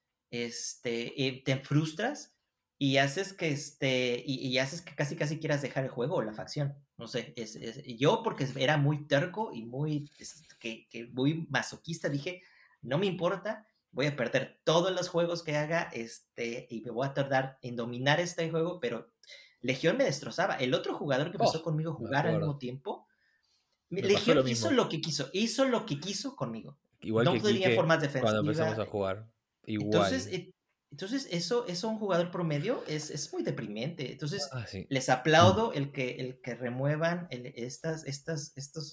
Te frustras y haces y haces que casi quieras dejar el juego o la facción. No sé, yo porque era muy terco y muy masoquista dije, no me importa, voy a perder todos los juegos que haga y me voy a tardar en dominar este juego, pero Legión me destrozaba. El otro jugador que empezó Oh, conmigo a me jugar al mismo acuerdo. tiempo, Me pasó lo Legión mismo. hizo lo que quiso conmigo. Igual No que tenía Quique formas cuando empezamos defensivas. a jugar. Entonces, Igual. eso a un jugador promedio es muy deprimente. Entonces, Ah, sí. les Mm. aplaudo el que remuevan estos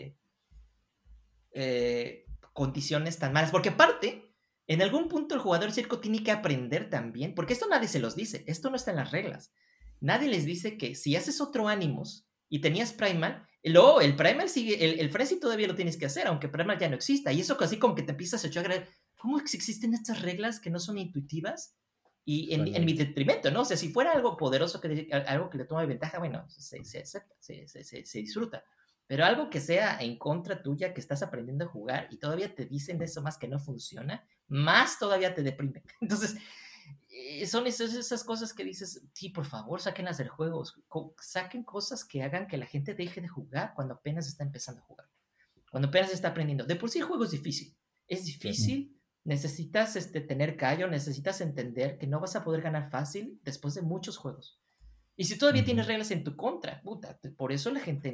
condiciones tan malas. Porque aparte, en algún punto el jugador circo tiene que aprender también, porque esto nadie se los dice, esto no está en las reglas. Nadie les dice que si haces otro Animus y tenías Primal, luego el Primal sigue, el Frenzy todavía lo tienes que hacer, aunque Primal ya no exista. Y eso casi como que te empiezas a echar, ¿cómo existen estas reglas que no son intuitivas? Y en mi Totalmente. detrimento, ¿no? O sea, si fuera algo poderoso, algo que le toma ventaja, bueno, se acepta, se disfruta. Pero algo que sea en contra tuya, que estás aprendiendo a jugar y todavía te dicen de eso más que no funciona, más todavía te deprime. Entonces, son esas cosas que dices, sí, por favor, sáquenlas del juego, saquen cosas que hagan que la gente deje de jugar cuando apenas está empezando a jugar, cuando apenas está aprendiendo. De por sí el juego es Sí. difícil, necesitas tener callo, necesitas entender que no vas a poder ganar fácil después de muchos juegos. Y si todavía tienes Ujú. reglas en tu contra, puta, por eso la gente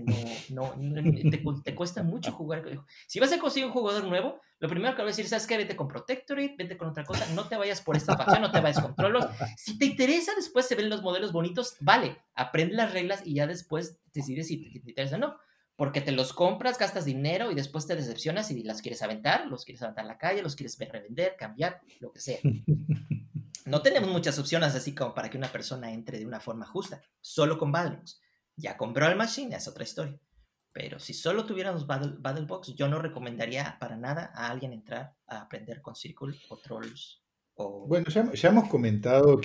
te cuesta mucho jugar. Si vas a conseguir un jugador nuevo, lo primero que voy a decir, ¿sabes qué? Vete con Protectorate, vete con otra cosa, no te vayas por esta facción, no te vayas con Trollos. Si te interesa, después se ven los modelos bonitos, vale, aprende las reglas y ya después decides si te interesa o no. Porque te los compras, gastas dinero y después te decepcionas y las quieres aventar, los quieres aventar a la calle, los quieres revender, cambiar, lo que sea. No tenemos muchas opciones así como para que una persona entre de una forma justa, solo con Battlebox. Ya con Brawl Machine es otra historia. Pero si solo tuviéramos Battlebox, yo no recomendaría para nada a alguien entrar a aprender con Circle o Trolls. O... Bueno, ya hemos comentado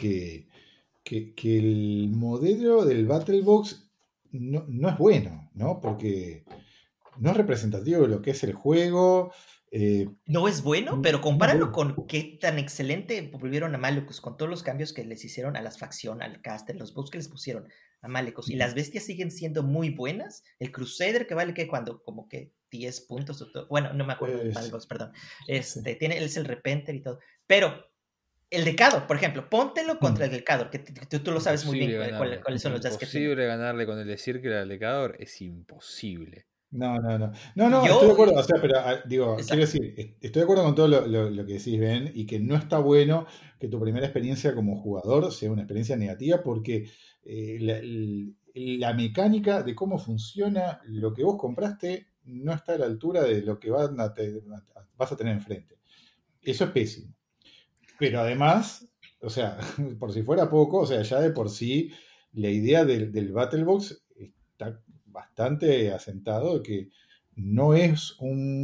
que el modelo del Battlebox no es bueno, ¿no? Porque no es representativo de lo que es el juego. No es bueno, pero No es compáralo bueno. con qué tan excelente volvieron a Malicus, con todos los cambios que les hicieron a las facciones, al caster, los buffs que les pusieron a Malicus. Y las bestias siguen siendo muy buenas. El Crusader, que vale que cuando como que 10 puntos, bueno, no me acuerdo del Sí, Battlebox, perdón. sí. Es el Repenter y todo. Pero el Decador, por ejemplo, póntelo contra Mm. el Decador, que tú lo sabes muy bien Imposible ganarle. cuáles son los jazz que tiene. Imposible ganarle con el de Circle al Decador. Es imposible. No, no, no. No, Y no, estoy de yo, acuerdo. O sea, pero digo, quiero exacto. decir, estoy de acuerdo con todo lo que decís, Ben, y que no está bueno que tu primera experiencia como jugador sea una experiencia negativa porque la mecánica de cómo funciona lo que vos compraste no está a la altura de lo que vas a tener enfrente. Eso es pésimo. Pero además, o sea, por si fuera poco, o sea, ya de por sí la idea del Battle Box está bastante asentado de que no es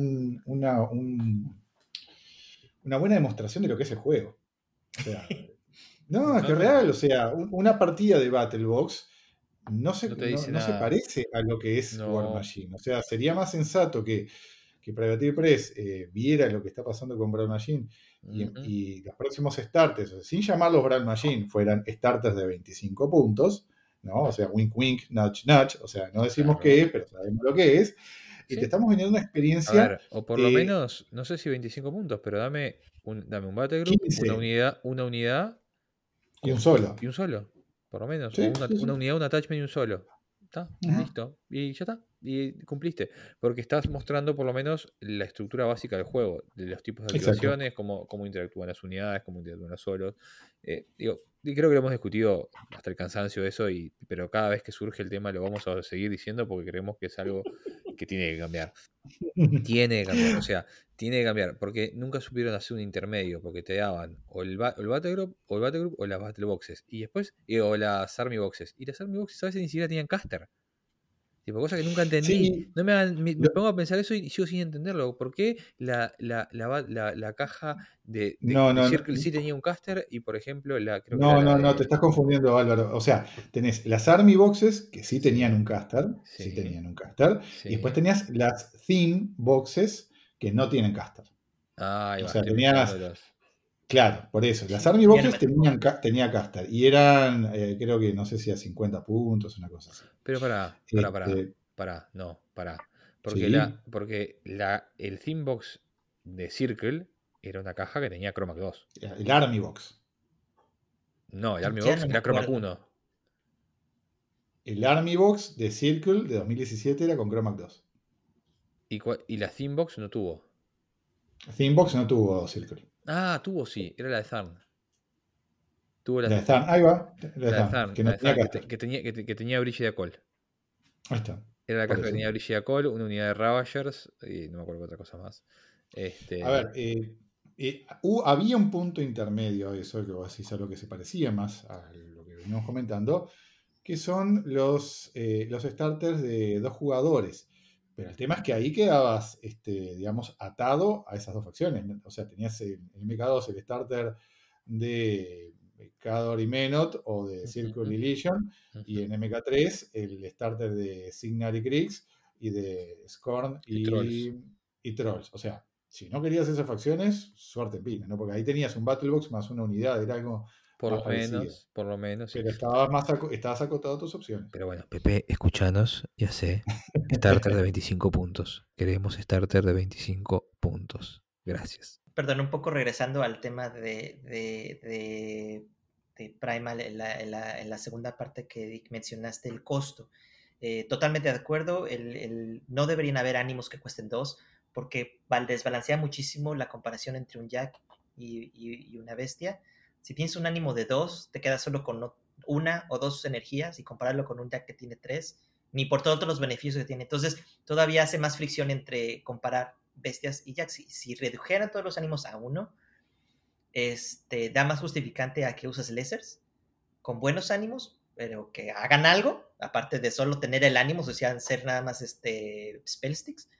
una buena demostración de lo que es el juego. O sea, no, es No, que es no. real, o sea, una partida de Battle Box No te dice no se nada. parece a lo que es War No. Machine. O sea, sería más sensato que Privateer Press viera lo que está pasando con Brawl Machine Ujú. y los próximos starters, o sea, sin llamarlos Brawl Machine, fueran starters de 25 puntos, ¿no? O sea, wink wink, nudge nudge, o sea, no decimos Claro. qué es, pero sabemos lo que es, y te Sí. estamos vendiendo una A experiencia ver, o por lo de menos, no sé si 25 puntos, pero dame un Battle Group, 15 una unidad y un solo. y un solo, por lo menos. O Sí, sí, una sí. unidad, un attachment y un solo. Está, Ajá. listo. Y ya está. Y cumpliste. Porque estás mostrando por lo menos la estructura básica del juego, de los tipos de Exacto. activaciones, cómo interactúan las unidades, cómo interactúan los solos. Digo, y creo que lo hemos discutido hasta el cansancio eso, pero cada vez que surge el tema lo vamos a seguir diciendo porque creemos que es algo que tiene que cambiar. Tiene que cambiar, o sea, tiene que cambiar, porque nunca supieron hacer un intermedio, porque te daban o el Battle Group, o las Battle Boxes, y después, o las Army Boxes, y las Army Boxes a veces ni siquiera tenían caster, tipo, cosa que nunca entendí. Sí, No me lo- pongo a pensar eso y sigo sin entenderlo. ¿Por qué la caja no, de no, no, Circle sí tenía un caster y, por ejemplo, creo que era no, la no, no, te de... estás confundiendo, Álvaro. O sea, tenés las Army Boxes, que Sí, sí sí, tenían un caster, y después sí. tenías las Theme Boxes, que no tienen caster. Ah, ahí O va, sea, estoy tenías, mezclándolos. claro, por eso, las Sí, Army yo no Boxes me tocó. tenía caster, y eran, creo que, no sé si a 50 puntos, una cosa así. Pero Este, no, pará. sí, El Themebox de Circle era una caja que tenía Chromac 2. el Army Box. No, el Army Ya Box no me era Chromac acuerdo. 1. El Army Box de Circle de 2017 era con Chromac 2. Y la Themebox no tuvo. Themebox no tuvo Circle. Ah, tuvo sí, era la de Zarn. Tuvo La de Zan, ahí va, la de la de Zan, Zarn, que la no de tenía Zarn, caster. que tenía Brigida Call. Ahí está, Era la por caja que eso. tenía Brigida Call, una unidad de Ravagers y no me acuerdo qué otra cosa más. A Este, ver, había un punto intermedio, eso que vos decís, a lo que se parecía más a lo que venimos comentando, que son los starters de dos jugadores. Pero el tema es que ahí quedabas, digamos, atado a esas dos facciones, ¿no? O sea, tenías en MK2 el starter de Khador y Menot o de Circle ujú, y Legion, y ujú. en MK3 el starter de Signar y Kriegs y de Scorn Y Trolls. y Trolls. O sea, si no querías esas facciones, suerte en pina, ¿no? Porque ahí tenías un Battlebox más una unidad, era algo más parecido. Por lo menos, sí. Pero estabas acotado a tus opciones. Pero bueno, Pepe, escuchanos, ya sé. Starter de 25 puntos. Queremos starter de 25 puntos. Gracias. Perdón, un poco regresando al tema de Primal en la segunda parte que mencionaste, el costo. Totalmente de acuerdo, no deberían haber ánimos que cuesten 2, porque desbalancea muchísimo la comparación entre un Jack y una bestia. Si tienes un ánimo de 2, te quedas solo con una o dos energías, y compararlo con un Jack que tiene 3, ni por todos los beneficios que tiene. Entonces, todavía hace más fricción entre comparar bestias y Jack. Si redujeran todos los ánimos a uno, da más justificante a que uses lessers con buenos ánimos, pero que hagan algo, aparte de solo tener el ánimo, o sea, ser nada más spellsticks,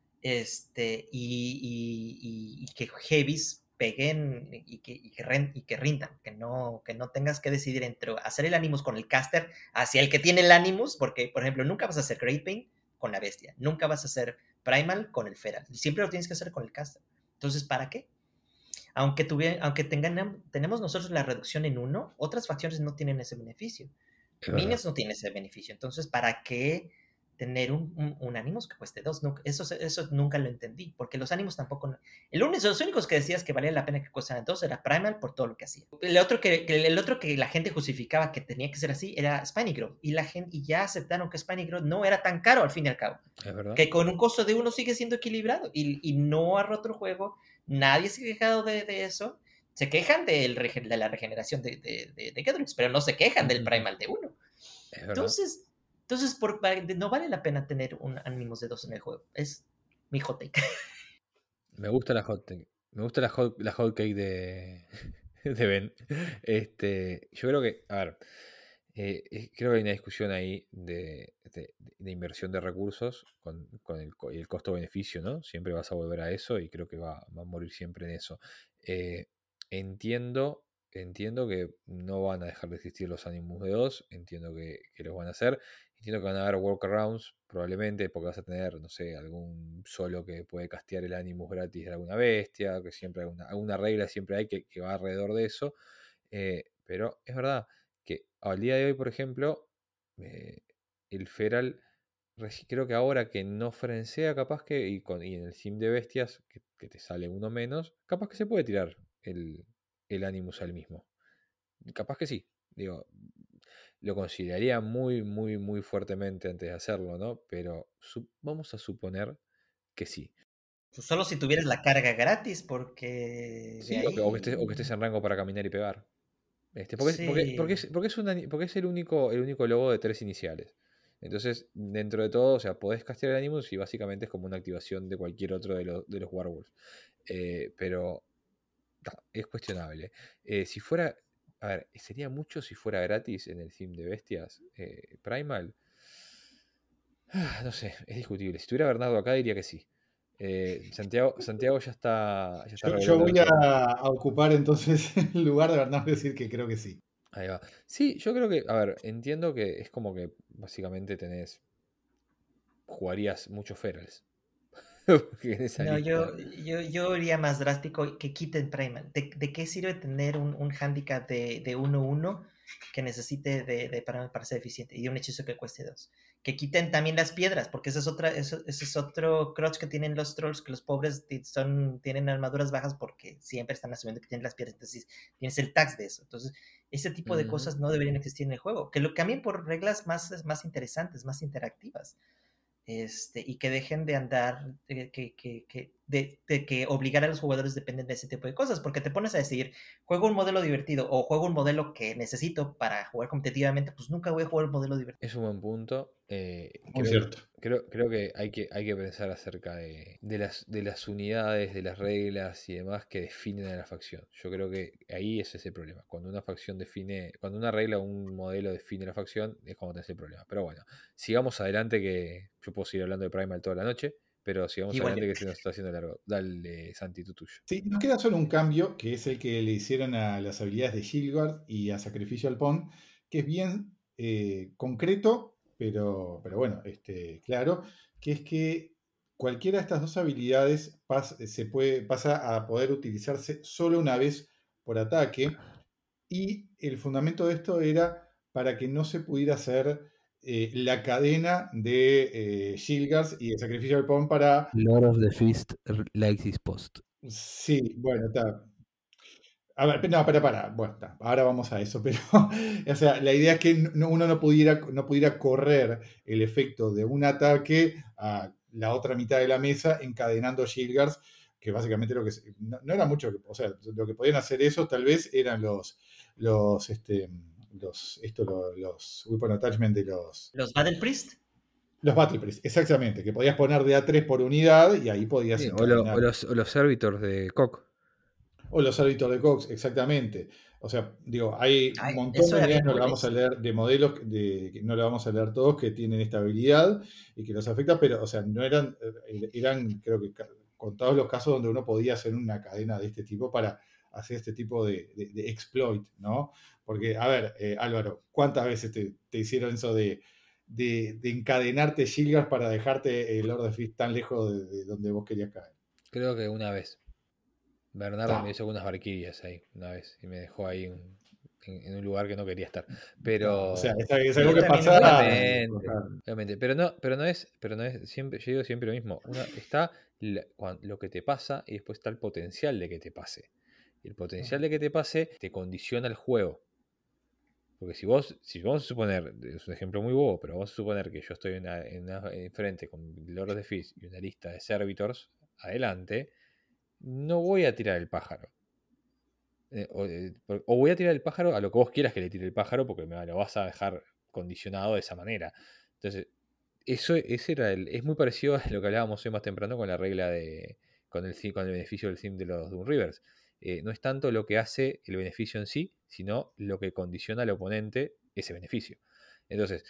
y que heavies peguen y que rindan, que no tengas que decidir entre hacer el Animus con el caster hacia el que tiene el Animus, porque, por ejemplo, nunca vas a hacer Great Pain con la bestia, nunca vas a hacer Primal con el Feral, siempre lo tienes que hacer con el caster. Entonces, ¿para qué? Aunque tenemos nosotros la reducción en 1, otras facciones no tienen ese beneficio. Es verdad. Minions no tiene ese beneficio. Entonces, ¿para qué tener un Animus que cueste 2? No, eso nunca lo entendí, porque los Animus tampoco... Los únicos que decías que valía la pena que costaran 2 era Primal por todo lo que hacía. El otro que la gente justificaba que tenía que ser así era Spiny Growth, y ya aceptaron que Spiny Growth no era tan caro al fin y al cabo, Es verdad. que con un costo de 1 sigue siendo equilibrado, y no ha roto el juego. Nadie se ha quejado de eso. Se quejan de la regeneración de Gedrix, pero no se quejan del Primal de 1. Es verdad. Entonces, no vale la pena tener un Animus de 2 en el juego. Es mi hot take. Me gusta la hot cake. Me gusta la hot cake de Ben. Yo creo que, a ver, creo que hay una discusión ahí de inversión de recursos con el costo-beneficio, ¿no? Siempre vas a volver a eso y creo que va a morir siempre en eso. Eh, entiendo, entiendo que no van a dejar de existir los Animus de 2, entiendo que los van a hacer, entiendo que van a haber workarounds, probablemente, porque vas a tener, no sé, algún solo que puede castear el Animus gratis de alguna bestia, que siempre alguna regla siempre hay que va alrededor de eso. Pero es verdad que al día de hoy, por ejemplo, el Feral, creo que ahora que no frensea, capaz que, y en el sim de bestias, que te sale uno menos, capaz que se puede tirar el Animus al mismo. Capaz que sí. Digo, lo consideraría muy, muy, muy fuertemente antes de hacerlo, ¿no? Pero vamos a suponer que sí. Pues solo si tuvieras la carga gratis, porque de Sí, o que estés ahí... en rango para caminar y pegar. Sí. Porque es el único logo de 3 iniciales. Entonces, dentro de todo, o sea, podés castear el Animus y básicamente es como una activación de cualquier otro de los Werewolves. Pero es cuestionable. Si fuera, a ver, sería mucho si fuera gratis en el theme de bestias. Primal, no sé, es discutible. Si tuviera Bernardo acá diría que sí. Santiago ya está Yo revolviendo voy los ojos. a ocupar entonces el lugar de Bernardo y decir que creo que sí. Ahí va. Sí, yo creo que, a ver, entiendo que es como que básicamente jugarías muchos Ferals en esa No, lista. yo iría más drástico, que quiten Primal. ¿De qué sirve tener un handicap de 1-1 que necesite de Primal para ser eficiente y un hechizo que cueste 2? Que quiten también las piedras, porque ese es otro crutch que tienen los trolls, que los pobres tienen armaduras bajas porque siempre están asumiendo que tienen las piedras, entonces tienes el tax de eso. Entonces, ese tipo de Ujú. cosas no deberían existir en el juego, que lo cambien por reglas más interesantes, más interactivas. Y que dejen de andar, de que obligar a los jugadores dependen de ese tipo de cosas, porque te pones a decidir, juego un modelo divertido o juego un modelo que necesito para jugar competitivamente, pues nunca voy a jugar un modelo divertido. Es un buen punto. Muy cierto. Creo que hay que pensar acerca de las unidades, de las reglas y demás que definen a la facción. Yo creo que ahí ese es el problema. Cuando una facción cuando una regla o un modelo define la facción, es cuando tenés el problema. Pero bueno, sigamos adelante, que yo puedo seguir hablando de Primal toda la noche, pero sigamos Igual yo. adelante que se nos está haciendo largo. Dale, Santi, tú tuyo. Sí, nos queda solo un cambio, que es el que le hicieron a las habilidades de Shieldguard y a Sacrificial Pawn, que es bien concreto, pero bueno, claro, que es que cualquiera de estas dos habilidades pasa a poder utilizarse solo una vez por ataque, y el fundamento de esto era para que no se pudiera hacer la cadena de Shieldguards y de Sacrificial Pawn para... Lord of the Fist likes his post. Sí, bueno, está. A ver, no, para. Bueno, está, ahora vamos a eso, pero o sea, la idea es que uno no pudiera correr el efecto de un ataque a la otra mitad de la mesa encadenando Shieldguards, que básicamente no era mucho, o sea, lo que podían hacer eso tal vez eran los Weapon Attachment de Los Battle Priest. los Battle Priest, exactamente, que podías poner de A3 por unidad y ahí podías Sí, encadenar. o los servitors de Coq. O los árbitros de Cox, exactamente. O sea, digo, hay un Ay, montón eso de era unidades, bien no lo cool. vamos a leer, de modelos, que no lo vamos a leer todos, que tienen esta habilidad y que los afecta, pero, o sea, no eran, creo que contados los casos donde uno podía hacer una cadena de este tipo para hacer este tipo de exploit, ¿no? Porque, a ver, Álvaro, ¿cuántas veces te hicieron eso de encadenarte Shilgas para dejarte el Lord of Fist tan lejos de donde vos querías caer? Creo que una vez. Bernardo me Ta, hizo unas barquillas ahí una vez y me dejó ahí en un lugar que no quería estar. ta. O sea, Pero es algo Yo que también pasa. una vez. obviamente, obviamente, pero no es siempre, yo digo siempre lo mismo. Está lo que te pasa y después está el potencial de que te pase. Y el potencial de que te pase te condiciona el juego. Porque si vamos a suponer, es un ejemplo muy bobo, pero vamos a suponer que yo estoy enfrente con Lord of the Fist y una lista de servitors adelante, no voy a tirar el pájaro. O voy a tirar el pájaro a lo que vos quieras que le tire el pájaro, porque lo vas a dejar condicionado de esa manera. Entonces, es muy parecido a lo que hablábamos hoy más temprano con la regla con el beneficio del theme de los Doom Rivers. No es tanto lo que hace el beneficio en sí, sino lo que condiciona al oponente ese beneficio. Entonces,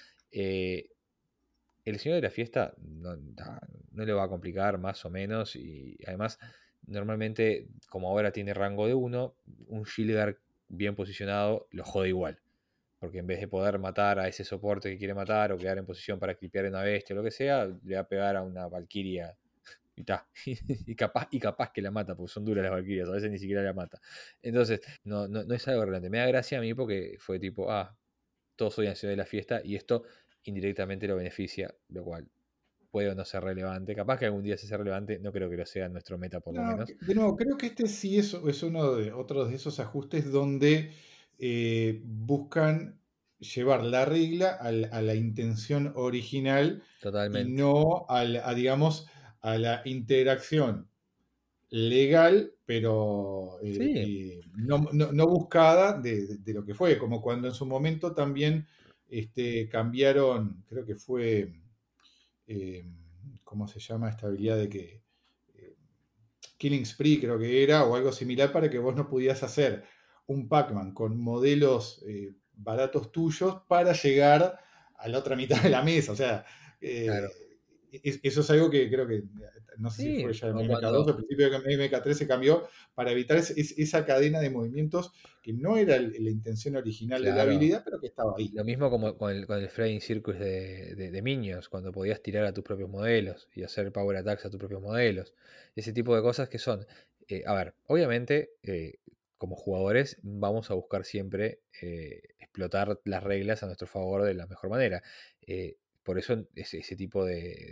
el señor de la fiesta no le va a complicar más o menos, y además normalmente como ahora tiene rango de 1, un Shilgar bien posicionado lo jode igual, porque en vez de poder matar a ese soporte que quiere matar o quedar en posición para clipear a una bestia o lo que sea, le va a pegar a una Valkyria y ta. Y capaz que la mata, porque son duras las Valkyrias, a veces ni siquiera la mata. Entonces, no es algo relevante. Me da gracia a mí porque fue tipo, todos odian Ciudad de la Fiesta y esto indirectamente lo beneficia, lo cual puede o no ser relevante. Capaz que algún día se sea relevante, no creo que lo sea en nuestro meta por lo No, menos. de nuevo, creo que este sí es uno de otros de esos ajustes donde buscan llevar la regla a la intención original y Totalmente. no digamos, a la interacción legal, pero Sí, no buscada de lo que fue, como cuando en su momento también cambiaron, creo que fue, eh, ¿cómo se llama esta habilidad de que Killing Spree creo que era, o algo similar, para que vos no pudieras hacer un Pac-Man con modelos baratos tuyos para llegar a la otra mitad de la mesa? O sea, claro. eso es algo que creo que, no sé si Sí, fue ya en o MK2 o cuando, al principio de MK3 se cambió para evitar esa cadena de movimientos que no era la intención original de la claro, habilidad, pero que estaba ahí. lo mismo como con el Flying Circus de Minions, cuando podías tirar a tus propios modelos y hacer power attacks a tus propios modelos. Ese tipo de cosas que son, a ver, obviamente, como jugadores vamos a buscar siempre explotar las reglas a nuestro favor de la mejor manera. Por eso ese tipo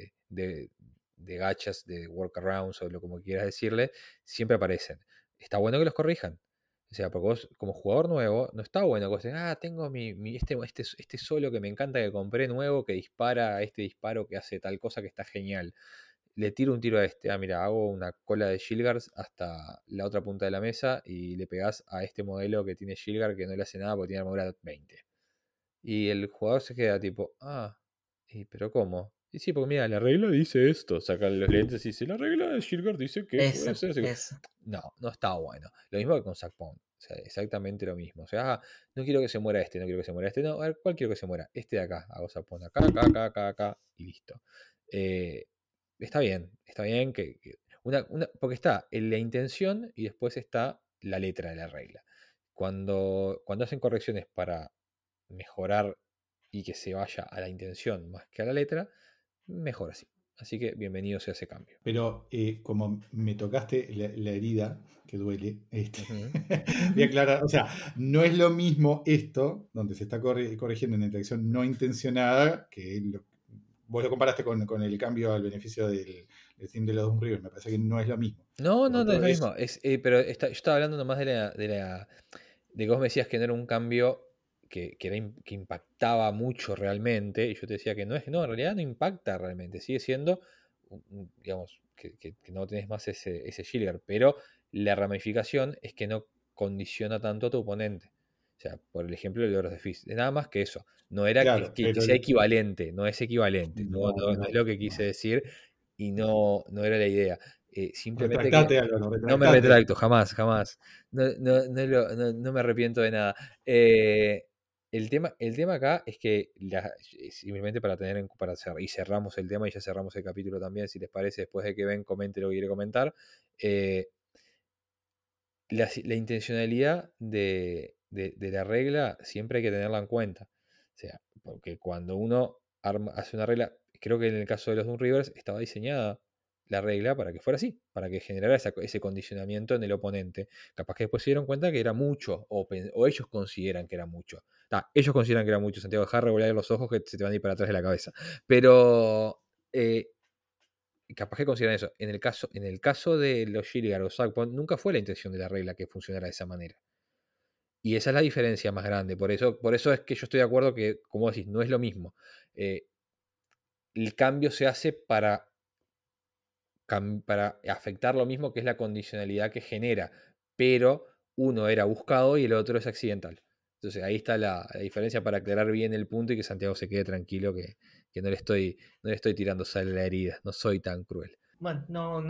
de gachas, de workarounds o lo como quieras decirle, siempre aparecen. Está bueno que los corrijan. O sea, porque vos como jugador nuevo, no está bueno que vos digas, tengo este solo que me encanta, que compré nuevo, que dispara este disparo, que hace tal cosa que está genial. Le tiro un tiro a este. Mira, hago una cola de Shilgars hasta la otra punta de la mesa y le pegás a este modelo que tiene Shilgar que no le hace nada porque tiene armadura 20. Y el jugador se queda tipo, pero ¿cómo? Y sí, porque mira, la regla dice esto. Saca los lentes y dice, la regla de Shilgar dice que puede Eso, ser así. eso. No, no está bueno. Lo mismo que con Sackpong. O sea, exactamente lo mismo. O sea, no quiero que se muera este, no quiero que se muera este. No, a ver, ¿cuál quiero que se muera? Este de acá. Hago Sackpong acá, acá, acá, acá, acá, y listo. Eh, está bien porque está en la intención y después está la letra de la regla. Cuando hacen correcciones para mejorar y que se vaya a la intención más que a la letra, mejor así. Así que bienvenido sea ese cambio. Pero como me tocaste la herida, que duele, Ujú. voy a aclarar, o sea, no es lo mismo esto, donde se está corrigiendo una interacción no intencionada, que vos lo comparaste con el cambio al beneficio del team de los Doom Rivers, me parece que no es lo mismo. No, Lo no, no es otro lo es, mismo. Pero yo estaba hablando nomás de que vos me decías que no era un cambio que impactaba mucho realmente. Y yo te decía que no, en realidad no impacta realmente. Sigue siendo, digamos, que no tenés más ese Shilgar. Pero la ramificación es que no condiciona tanto a tu oponente. O sea, por el ejemplo de Lords de Fist. Nada más que eso. No era claro, que sea equivalente, no es equivalente. No, no, no, no es no, lo que quise no. decir y no era la idea. Simplemente que Retractate, Álvaro, no me retractate. retracto, jamás, jamás. No me arrepiento de nada. El tema acá es que simplemente y cerramos el tema y ya cerramos el capítulo también, si les parece, después de que Ben comente lo que quiere comentar. eh, la intencionalidad de la regla siempre hay que tenerla en cuenta. O sea, porque cuando uno hace una regla, creo que en el caso de los Doom Rivers estaba diseñada la regla para que fuera así, para que generara ese condicionamiento en el oponente. Capaz que después se dieron cuenta que era mucho, o ellos consideran que era mucho. Ellos consideran que era mucho. Santiago, dejar revolver los ojos que se te van a ir para atrás de la cabeza. Pero capaz que consideran eso. En el caso de los Shilligar o Sackpon, nunca fue la intención de la regla que funcionara de esa manera. Y esa es la diferencia más grande. Por eso es que yo estoy de acuerdo que, como decís, no es lo mismo. Eh, el cambio se hace para afectar lo mismo que es la condicionalidad que genera. Pero uno era buscado y el otro es accidental. Entonces ahí está la diferencia para aclarar bien el punto y que Santiago se quede tranquilo que no le estoy tirando sal a la herida. No soy tan cruel. Bueno,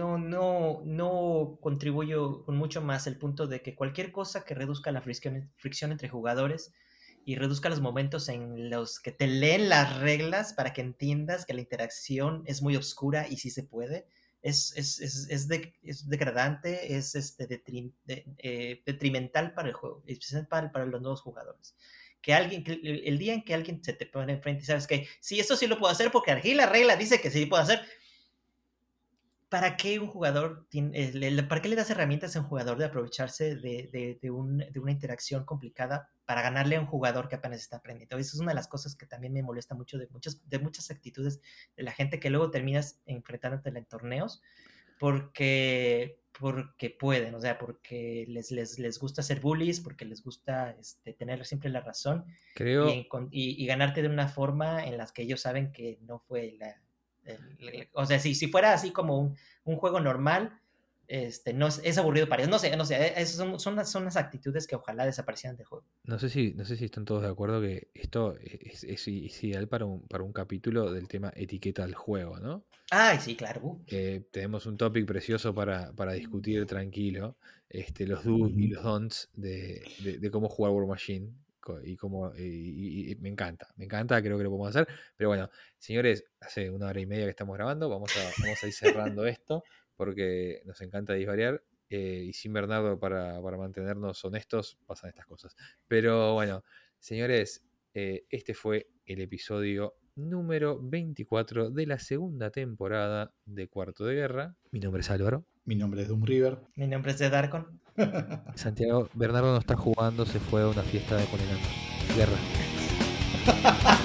no contribuyo con mucho más el punto de que cualquier cosa que reduzca la fricción entre jugadores y reduzca los momentos en los que te leen las reglas para que entiendas que la interacción es muy oscura y sí se puede, es degradante, es detrimental para el juego, especialmente para los nuevos jugadores. El día en que alguien se te pone enfrente y sabes que sí, esto sí lo puedo hacer porque aquí la regla dice que sí puedo hacer. ¿Para qué un jugador para qué le das herramientas a un jugador de aprovecharse de una interacción complicada para ganarle a un jugador que apenas está aprendiendo? Eso es una de las cosas que también me molesta mucho de muchas actitudes de la gente que luego terminas enfrentándote en torneos, porque porque pueden, o sea, porque les gusta ser bullies, porque les gusta tener siempre la razón Creo, y ganarte de una forma en la que ellos saben que no fue o sea, si fuera así como un juego normal, no es aburrido para ellos. No sé, esas son las actitudes que ojalá desaparecieran del juego. no sé si están todos de acuerdo que esto es ideal para un capítulo del tema etiqueta del juego, ¿no? Ay, sí, claro. Tenemos un topic precioso para discutir tranquilo, los do's y los don'ts de cómo jugar War Machine. Y cómo y me encanta, creo que lo podemos hacer. Pero bueno, señores, hace 1 hora y media que estamos grabando, vamos a ir cerrando esto, porque nos encanta disvariar. Y sin Bernardo para mantenernos honestos, pasan estas cosas. Pero bueno, señores, este fue el episodio número 24 de la segunda temporada de Cuarto de Guerra. Mi nombre es Álvaro. Mi nombre es Doom River. Mi nombre es de Darkon. Santiago, Bernardo no está jugando, se fue a una fiesta de Coneland. Guerra.